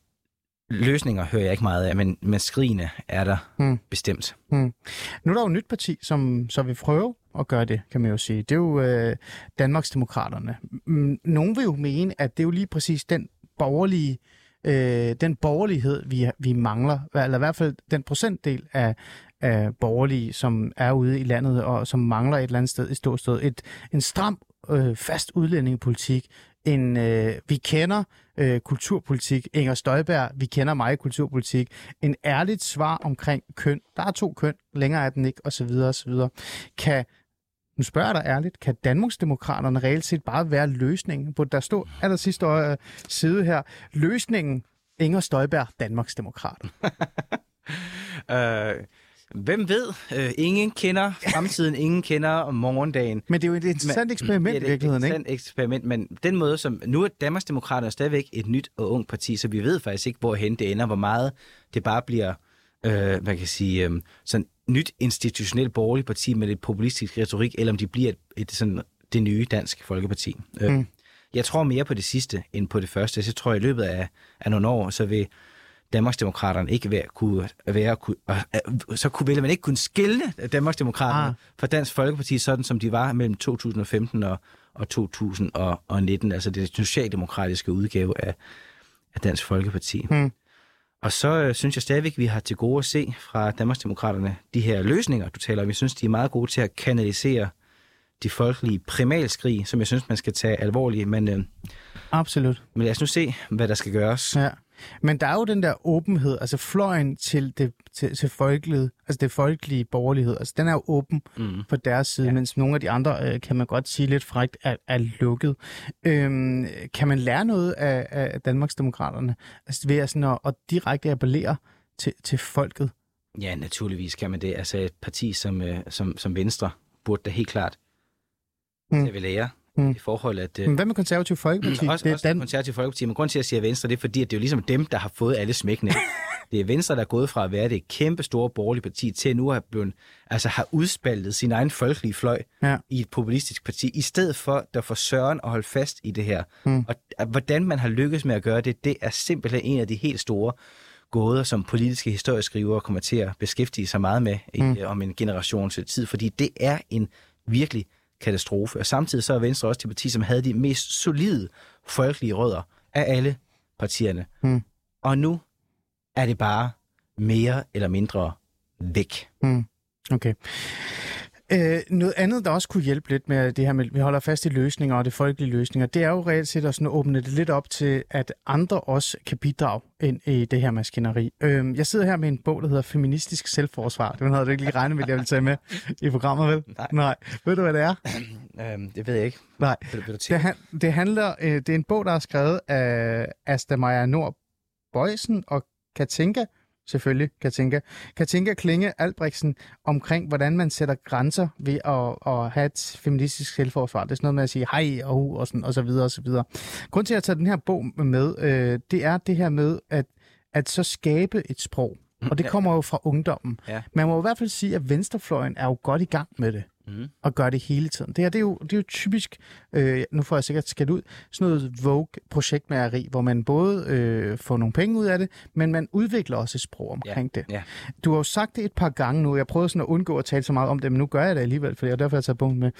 løsninger hører jeg ikke meget af, men, men skrigene er der hmm. bestemt. Hmm. Nu er der jo et nyt parti, som så vil prøve at gøre det, kan man jo sige. Det er jo øh, Danmarksdemokraterne. Nogen vil jo mene, at det er jo lige præcis den borgerlige øh, den borgerlighed, vi, vi mangler, eller i hvert fald den procentdel af af borgerlige, som er ude i landet, og som mangler et eller andet sted, et stort sted. Et, en stram, øh, fast udlændingepolitik. En, øh, vi kender øh, kulturpolitik. Inger Støjberg, vi kender meget kulturpolitik. En ærligt svar omkring køn. Der er to køn, længere er den ikke, og så videre, og så videre. Kan, nu spørger jeg dig ærligt, kan Danmarksdemokraterne reelt set bare være løsningen? På der står aller sidste øh, side her. Løsningen, Inger Støjberg, Danmarksdemokrater. øh... Hvem ved? Øh, ingen kender fremtiden, ingen kender morgendagen. Men det er jo et interessant eksperiment i virkeligheden, ikke? Det er et interessant eksperiment, men den måde, som... Nu er Danmarksdemokraterne stadigvæk et nyt og ung parti, så vi ved faktisk ikke, hvorhen det ender, hvor meget det bare bliver, øh, hvad kan jeg sige, øh, sådan nyt institutionelt borgerligt parti med lidt populistisk retorik, eller om de bliver et, et sådan, det nye Dansk Folkeparti. Mm. Øh, jeg tror mere på det sidste, end på det første. Så tror jeg, i løbet af, af nogle år, så vil Danmarksdemokraterne ikke være, kunne være, kunne, øh, så kunne, ville man ikke kunne skille Danmarksdemokraterne ah. fra Dansk Folkeparti, sådan som de var mellem to tusind og femten og, og to tusind og nitten, altså det socialdemokratiske udgave af, af Dansk Folkeparti. Hmm. Og så øh, synes jeg stadigvæk, vi har til gode at se fra Danmarksdemokraterne de her løsninger, du taler om. Jeg synes, de er meget gode til at kanalisere de folkelige primalskrig, som jeg synes, man skal tage alvorligt. Men, øh, Absolut. Men lad os nu se, hvad der skal gøres. Ja. Men der er jo den der åbenhed, altså fløjen til det til, til folkelige, altså det folkelige borgerlighed, altså den er jo åben mm. på deres side, ja. Mens nogle af de andre, øh, kan man godt sige lidt frækt, er, er lukket. Øhm, kan man lære noget af, af Danmarksdemokraterne, altså ved at, sådan at, at direkte appellere til, til folket? Ja, naturligvis kan man det. Altså et parti som, øh, som, som Venstre burde da helt klart mm. det vil lære. Mm. I forhold at... Men hvad med Konservativ Folkeparti? Også, det er også Dan... Konservativ Folkeparti. Men grund til, at jeg siger Venstre, det er fordi, at det er jo ligesom dem, der har fået alle smækkene. Det er Venstre, der er gået fra at være det kæmpe store borgerlige parti, til nu at have, altså, have udspaltet sin egen folkelige fløj ja. i et populistisk parti, i stedet for der for søren at holde fast i det her. Mm. Og at, hvordan man har lykkes med at gøre det, det er simpelthen en af de helt store gåder, som politiske historieskrivere kommer til at beskæftige sig meget med mm. i, om en generations tid, fordi det er en virkelig katastrofe. Og samtidig så er Venstre også det parti, som havde de mest solide folkelige rødder af alle partierne. Mm. Og nu er det bare mere eller mindre væk. Mm. Okay. Øh, noget andet, der også kunne hjælpe lidt med det her med, vi holder fast i løsninger og det folkelige løsninger, det er jo reelt set at sådan åbne det lidt op til, at andre også kan bidrage ind i det her maskineri. Øh, jeg sidder her med en bog, der hedder Feministisk Selvforsvar. Den havde du ikke lige regnet med, at jeg ville tage med i programmet, vel? Nej. Nej. Ved du, hvad det er? øhm, det ved jeg ikke. Nej. Vil, vil du det, han, det handler, øh, det er en bog, der er skrevet af Asta Maja Nord Bojsen og Katinka, selvfølgelig Katinka, Katinka Klinge Albrechtsen omkring, hvordan man sætter grænser ved at, at have et feministisk selvforsvar. Det er sådan noget med at sige hej og hu og, sådan, og så videre og så videre. Grunden til at tage den her bog med, øh, det er det her med at, at så skabe et sprog. Og det kommer jo fra ungdommen. Ja. Man må i hvert fald sige, at venstrefløjen er jo godt i gang med det. Mm. Og gør det hele tiden. Det her, det er jo, det er jo typisk, øh, nu får jeg sikkert skæld ud, sådan noget Vogue-projektmageri, hvor man både øh, får nogle penge ud af det, men man udvikler også et sprog omkring ja. det. Ja. Du har jo sagt det et par gange nu, jeg prøvede sådan at undgå at tale så meget om det, men nu gør jeg det alligevel, for jeg derfor har jeg taget bogen med.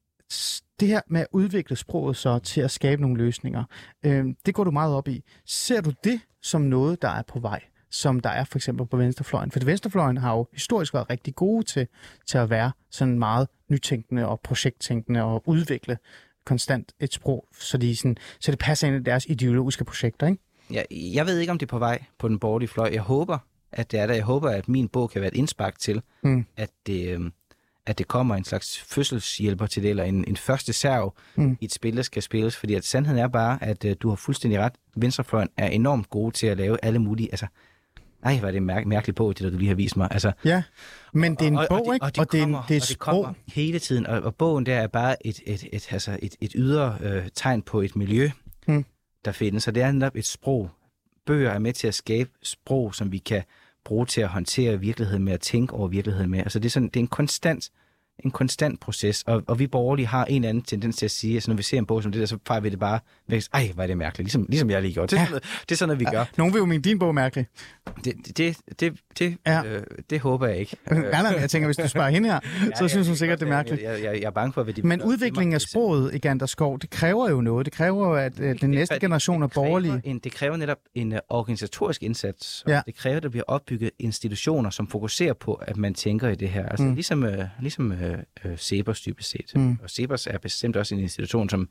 Det her med at udvikle sproget så til at skabe nogle løsninger, øh, det går du meget op i. Ser du det som noget, der er på vej? Som der er for eksempel på venstrefløjen. For venstrefløjen har jo historisk været rigtig gode til, til at være sådan meget nytænkende og projekttænkende og udvikle konstant et sprog, så, de sådan, så det passer ind i deres ideologiske projekter, ikke? Ja, jeg ved ikke, om det er på vej på den borgerlige fløj. Jeg håber, at det er der. Jeg håber, at min bog kan være et indspark til, mm. at, det, at det kommer en slags fødselshjælper til det, eller en, en første serv mm. i et spil, der skal spilles. Fordi at sandheden er bare, at uh, du har fuldstændig ret. Venstrefløjen er enormt gode til at lave alle mulige... Altså, ej, hvad er det mærke, mærkeligt bog, det der du lige har vist mig. Altså, ja, men det er en og, bog, og, ikke? Og det, og det, kommer, er, det er og det kommer hele tiden, og, og bogen der er bare et, et, et, altså et, et ydre øh, tegn på et miljø, hmm. der findes. Så det er netop et sprog. Bøger er med til at skabe sprog, som vi kan bruge til at håndtere virkeligheden med, at tænke over virkeligheden med. Altså det er, sådan, det er en konstant en konstant proces, og, og vi borgerlige har en anden tendens til at sige, at når vi ser en bog som det der, så fejrer vi det bare væk. Ej, hvor er det mærkeligt, ligesom, ligesom jeg lige gjorde. Det er, ja. sådan, det er sådan, at vi gør. Ja, nogen vil jo mene din bog mærkelig. Det, det, det, det, ja. øh, det håber jeg ikke. Nej, nej, jeg tænker, hvis du spørger hende her, ja, så ja, synes hun sikkert, det er mærkeligt. Jeg, jeg, jeg er bange for, hvad de... Men udviklingen af sproget, Igander Skov, det kræver jo noget. Det kræver jo, at øh, den næste generation af borgerlige... En, det kræver netop en uh, organisatorisk indsats. Ja. Det kræver, at der bliver opbygget institutioner, som fokuserer på, at man tænker i det her. Altså mm. ligesom, uh, ligesom uh, uh, Cepos dybest set. Mm. Og Cepos er bestemt også en institution, som...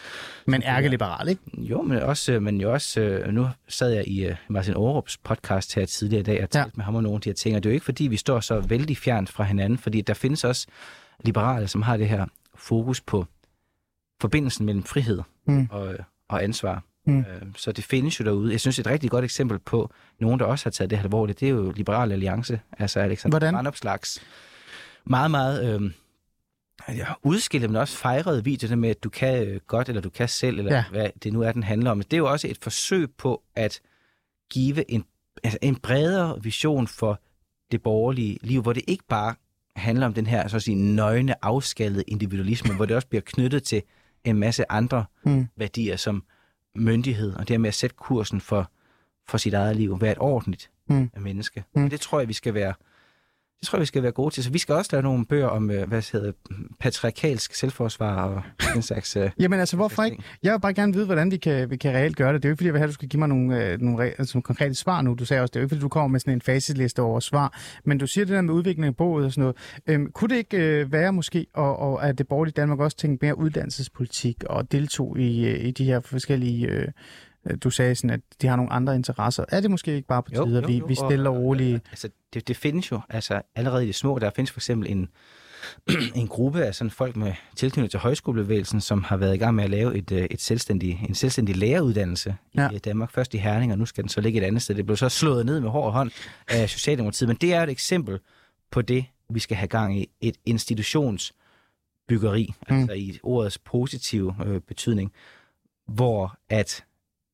Men ærkeliberal, ikke? Jo, men, også, men jo også... Uh, nu sad jeg i uh, Martin Aarups podcast her tidligere i dag og talte ja. med ham og nogle af de her ting. Og det er jo ikke, fordi vi står så vældig fjernt fra hinanden, fordi der findes også liberale, som har det her fokus på forbindelsen mellem frihed mm. og, og ansvar. Mm. Uh, så det findes jo derude. Jeg synes, et rigtig godt eksempel på nogen, der også har taget det her alvorligt, det er jo Liberal Alliance, altså Alexander Vanopslaghs meget, meget... Øh, Ja, udskille, men også fejrede videoer med, at du kan øh, godt, eller du kan selv, eller ja. hvad det nu er, den handler om. Det er jo også et forsøg på at give en, altså en bredere vision for det borgerlige liv, hvor det ikke bare handler om den her så at sige, nøgne, afskallede individualisme, hvor det også bliver knyttet til en masse andre mm. værdier som myndighed, og det med at sætte kursen for, for sit eget liv, være et ordentligt mm. menneske. Mm. Det tror jeg, vi skal være Det tror jeg, vi skal være gode til. Så vi skal også lave nogle bøger om, hvad hedder patriarkalsk selvforsvar og den slags... Jamen altså, hvorfor ikke? Jeg vil bare gerne vide, hvordan vi kan, vi kan reelt gøre det. Det er jo ikke, fordi jeg vil have, at du skal give mig nogle, nogle, altså, nogle konkrete svar nu. Du sagde også, det er jo ikke, fordi du kommer med sådan en facitliste over svar. Men du siger det der med udvikling af boget og sådan noget. Øhm, kunne det ikke øh, være måske, og, og at det borgerlige Danmark også tænkte mere uddannelsespolitik og deltog i, i de her forskellige... Øh, Du sagde sådan, at de har nogle andre interesser. Er det måske ikke bare på tide, at vi, vi stiller og roligt? Altså, det, det findes jo altså, allerede i det små. Der findes for eksempel en, en gruppe af sådan folk med tilknytning til højskolebevægelsen, som har været i gang med at lave et, et selvstændig, en selvstændig læreruddannelse ja. i Danmark. Først i Herning, og nu skal den så ligge et andet sted. Det blev så slået ned med hård hånd af Socialdemokratiet. Men det er et eksempel på det, vi skal have gang i. Et institutionsbyggeri, mm. altså i ordets positive øh, betydning, hvor at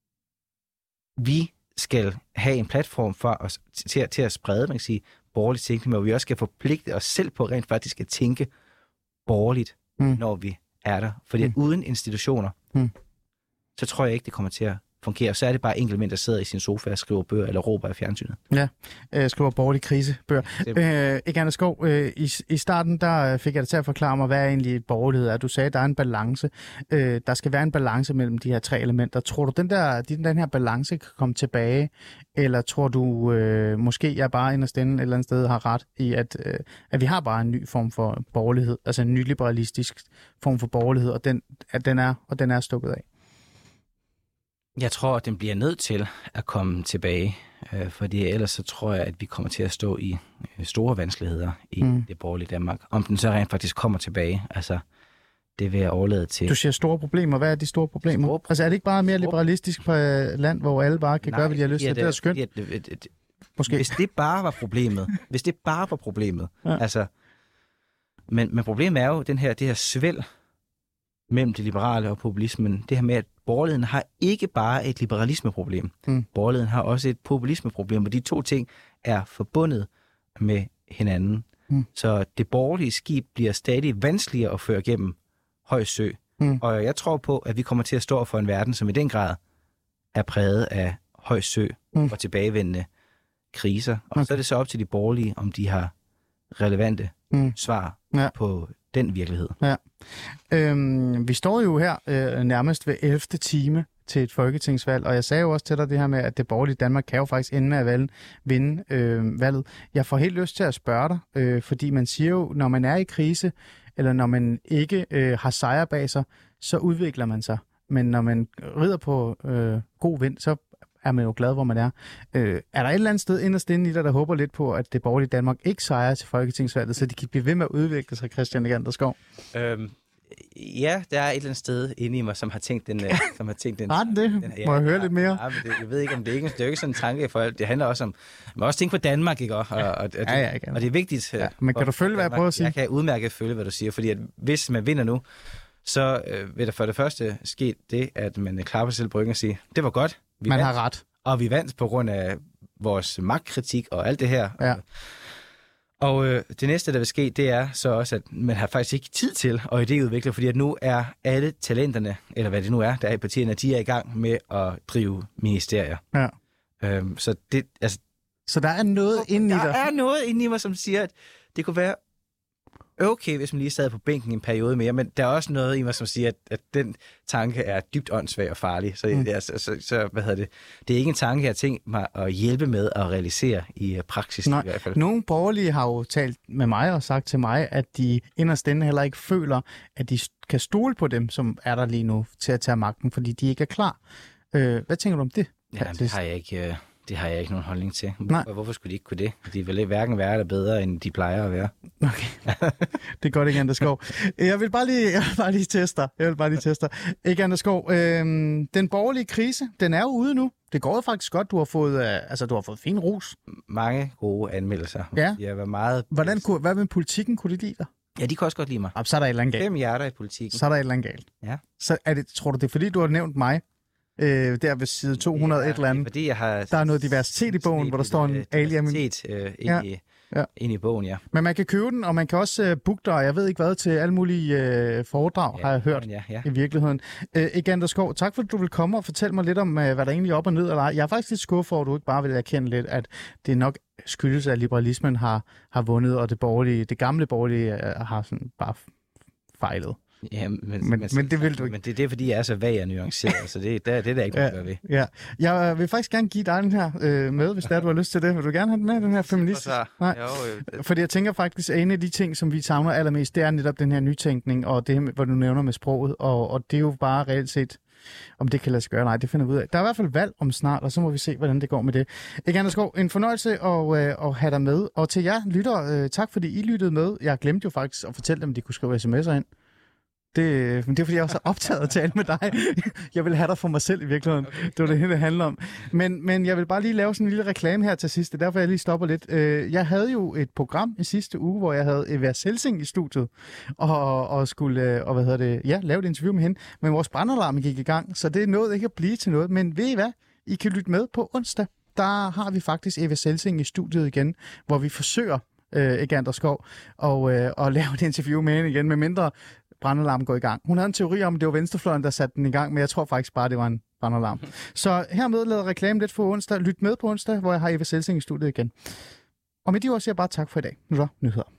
vi skal have en platform for os til, til at sprede, man kan sige, borgerligt tænkning, hvor vi også skal forpligte os selv på rent faktisk at tænke borgerligt, mm. når vi er der. Fordi mm. uden institutioner, mm. så tror jeg ikke, det kommer til at fungere. Så er det bare enkelte mænd, der sidder i sin sofa og skriver bøger eller råber i fjernsynet. Ja, øh, skriver borgerlig krisebøger. Øh, Igander Skov, øh, i, i starten der fik jeg dig til at forklare mig, hvad egentlig borgerlighed er. Du sagde, at der er en balance. Øh, der skal være en balance mellem de her tre elementer. Tror du, den, der, den her balance kan komme tilbage? Eller tror du, øh, måske jeg bare inderst inde et eller andet sted har ret i, at, øh, at vi har bare en ny form for borgerlighed, altså en nyliberalistisk form for borgerlighed, og den, at den er, og den er stukket af? Jeg tror, at den bliver nødt til at komme tilbage, øh, fordi ellers så tror jeg, at vi kommer til at stå i øh, store vanskeligheder i mm. det borgerlige Danmark. Om den så rent faktisk kommer tilbage, altså det vil jeg overlade til. Du siger store problemer. Hvad er de store problemer? Store altså er det ikke bare mere liberalistisk på land, hvor alle bare kan Nej, gøre, hvad de har lyst til? Det, det er skønt. Det, det, det, det, Måske. Hvis det bare var problemet. hvis det bare var problemet. Ja. Altså, men, men problemet er jo den her, det her svæld mellem det liberale og populismen. Det her med, at borgerligheden har ikke bare et liberalismeproblem. Mm. Borgerligheden har også et populismeproblem, og de to ting er forbundet med hinanden. Mm. Så det borgerlige skib bliver stadig vanskeligere at føre gennem høj sø. Mm. Og jeg tror på, at vi kommer til at stå for en verden, som i den grad er præget af høj sø mm. og tilbagevendende kriser. Og okay. så er det så op til de borgerlige, om de har relevante mm. svar ja. på den virkelighed. Ja. Øhm, vi står jo her øh, nærmest ved ellevte time til et folketingsvalg, og jeg sagde jo også til dig det her med, at det borgerlige Danmark kan jo faktisk ende med at valg, vinde øh, valget. Jeg får helt lyst til at spørge dig, øh, fordi man siger jo, når man er i krise, eller når man ikke øh, har sejr bag sig, så udvikler man sig. Men når man rider på øh, god vind, så er man jo glad, hvor man er. Øh, er der et eller andet sted inderst inde i dig, der håber lidt på, at det borgerlige Danmark ikke sejrer til folketingsvalget, så de kan blive ved med at udvikle sig, Christian Egander Skov? Øhm, ja, der er et eller andet sted inde i mig, som har tænkt den... som har tænkt den har den det? Den, ja, Må jeg høre ja, lidt mere? Ja, det, jeg ved ikke, om det er ikke, det er ikke sådan en tanke for alt. Det handler også om... Man må også tænke på Danmark, ikke? Og, og, og, det, ja, ja, og det er vigtigt... Ja, men kan du følge, hvad jeg prøver at sige? Jeg kan udmærket følge, hvad du siger, fordi at hvis man vinder nu, så øh, vil der for det første ske det, at man klapper sig selv på ryggen og siger, det var godt. Vi man vandt, har ret. Og vi vandt på grund af vores magtkritik og alt det her. Ja. Og øh, det næste, der vil ske, det er så også, at man har faktisk ikke tid til at idéudvikle, fordi at nu er alle talenterne, eller hvad det nu er, der er i partierne, de er i gang med at drive ministerier. Ja. Øhm, så, det, altså, så der er noget inde i dig? Der er noget inde i mig, som siger, at det kunne være okay, hvis man lige sad på bænken en periode mere, men der er også noget i mig, som siger, at, at den tanke er dybt åndssvag og farlig. Så, mm. altså, så, så hvad hedder det? Det er ikke en tanke, jeg har tænkt mig at hjælpe med at realisere i praksis. Nej. I hvert fald. Nogle borgerlige har jo talt med mig og sagt til mig, at de inderst inde heller ikke føler, at de kan stole på dem, som er der lige nu til at tage magten, fordi de ikke er klar. Øh, hvad tænker du om det? Ja, det har jeg ikke... Det har jeg ikke nogen holdning til. Nej. Hvorfor skulle de ikke kunne det? De vil hverken være der bedre, end de plejer at være. Okay. Det er godt, Egander Skov. Jeg vil bare lige, jeg vil bare lige teste dig. Jeg vil bare lige teste dig. Egander Skov, øh, den borgerlige krise, den er jo ude nu. Det går jo faktisk godt. Du har fået, øh, altså, du har fået fin ros. Mange gode anmeldelser. Ja. Jeg var meget... Hvordan kunne, hvad med politikken? Kunne det lide dig? Ja, de kan også godt lide mig. Jamen, så er der et eller andet galt. Fem hjerter i politikken. Så er der et eller andet galt. Ja. Så er det, tror du, det er fordi, du har nævnt mig? Øh, der ved side to hundrede ja, et eller andet. Fordi jeg har der er noget diversitet i bogen, hvor der står en alien. Diversitet øh, ind, ja. i, ja. ind i bogen, ja. Men man kan købe den, og man kan også uh, booke dig, jeg ved ikke hvad, til alle mulige uh, foredrag, ja, har jeg hørt ja, ja. i virkeligheden. Uh, Egander Skov, tak for, at du vil komme og fortælle mig lidt om, uh, hvad der egentlig er op og ned. Eller jeg er faktisk lidt skuffet over, at du ikke bare vil erkende lidt, at det nok skyldes, at liberalismen har, har vundet, og det, borgerlige, det gamle borgerlige uh, har sådan bare fejlet. Ja, men, men, men, men det vil du ikke. Men det, det er, fordi jeg er så vag og nuanceret, så det, det, det er der ikke noget ja, at gøre ved. Ja. Jeg vil faktisk gerne give dig den her øh, med, hvis der du har lyst til det. Vil du gerne have den med, den her feminist? Nej. Jo, øh. Fordi jeg tænker faktisk, at en af de ting, som vi savner allermest, det er netop den her nytænkning, og det, hvor du nævner med sproget, og, og det er jo bare reelt set, om det kan lade sig gøre. Nej, det finder vi ud af. Der er i hvert fald valg om snart, og så må vi se, hvordan det går med det. Egander Skov, en fornøjelse at, øh, at have dig med. Og til jer lytter, øh, tak fordi I lyttede med. Jeg glemte jo faktisk at fortælle dem, at de kunne skrive sms'er ind. Det, men det er, fordi jeg også er optaget at tale med dig. Jeg vil have dig for mig selv i virkeligheden. Okay. Det var det, det handler om. Men, men jeg vil bare lige lave sådan en lille reklame her til sidst. Det er derfor, jeg lige stopper lidt. Jeg havde jo et program i sidste uge, hvor jeg havde Eva Selsing i studiet, og, og skulle og hvad hedder det, ja, lave et interview med hende. Men vores brandalarm gik i gang, så det nåede ikke at blive til noget. Men ved I hvad? I kan lytte med på onsdag. Der har vi faktisk Eva Selsing i studiet igen, hvor vi forsøger, øh, Egander Skov, og, øh, og lave et interview med hende igen, med mindre brandalarm går i gang. Hun havde en teori om, at det var venstrefløjen, der satte den i gang, men jeg tror faktisk bare, det var en brandalarm. Så hermed lader reklame lidt for onsdag. Lyt med på onsdag, hvor jeg har Eva Selsing i studiet igen. Og med de ord siger jeg bare tak for i dag. Nu så, nyheder.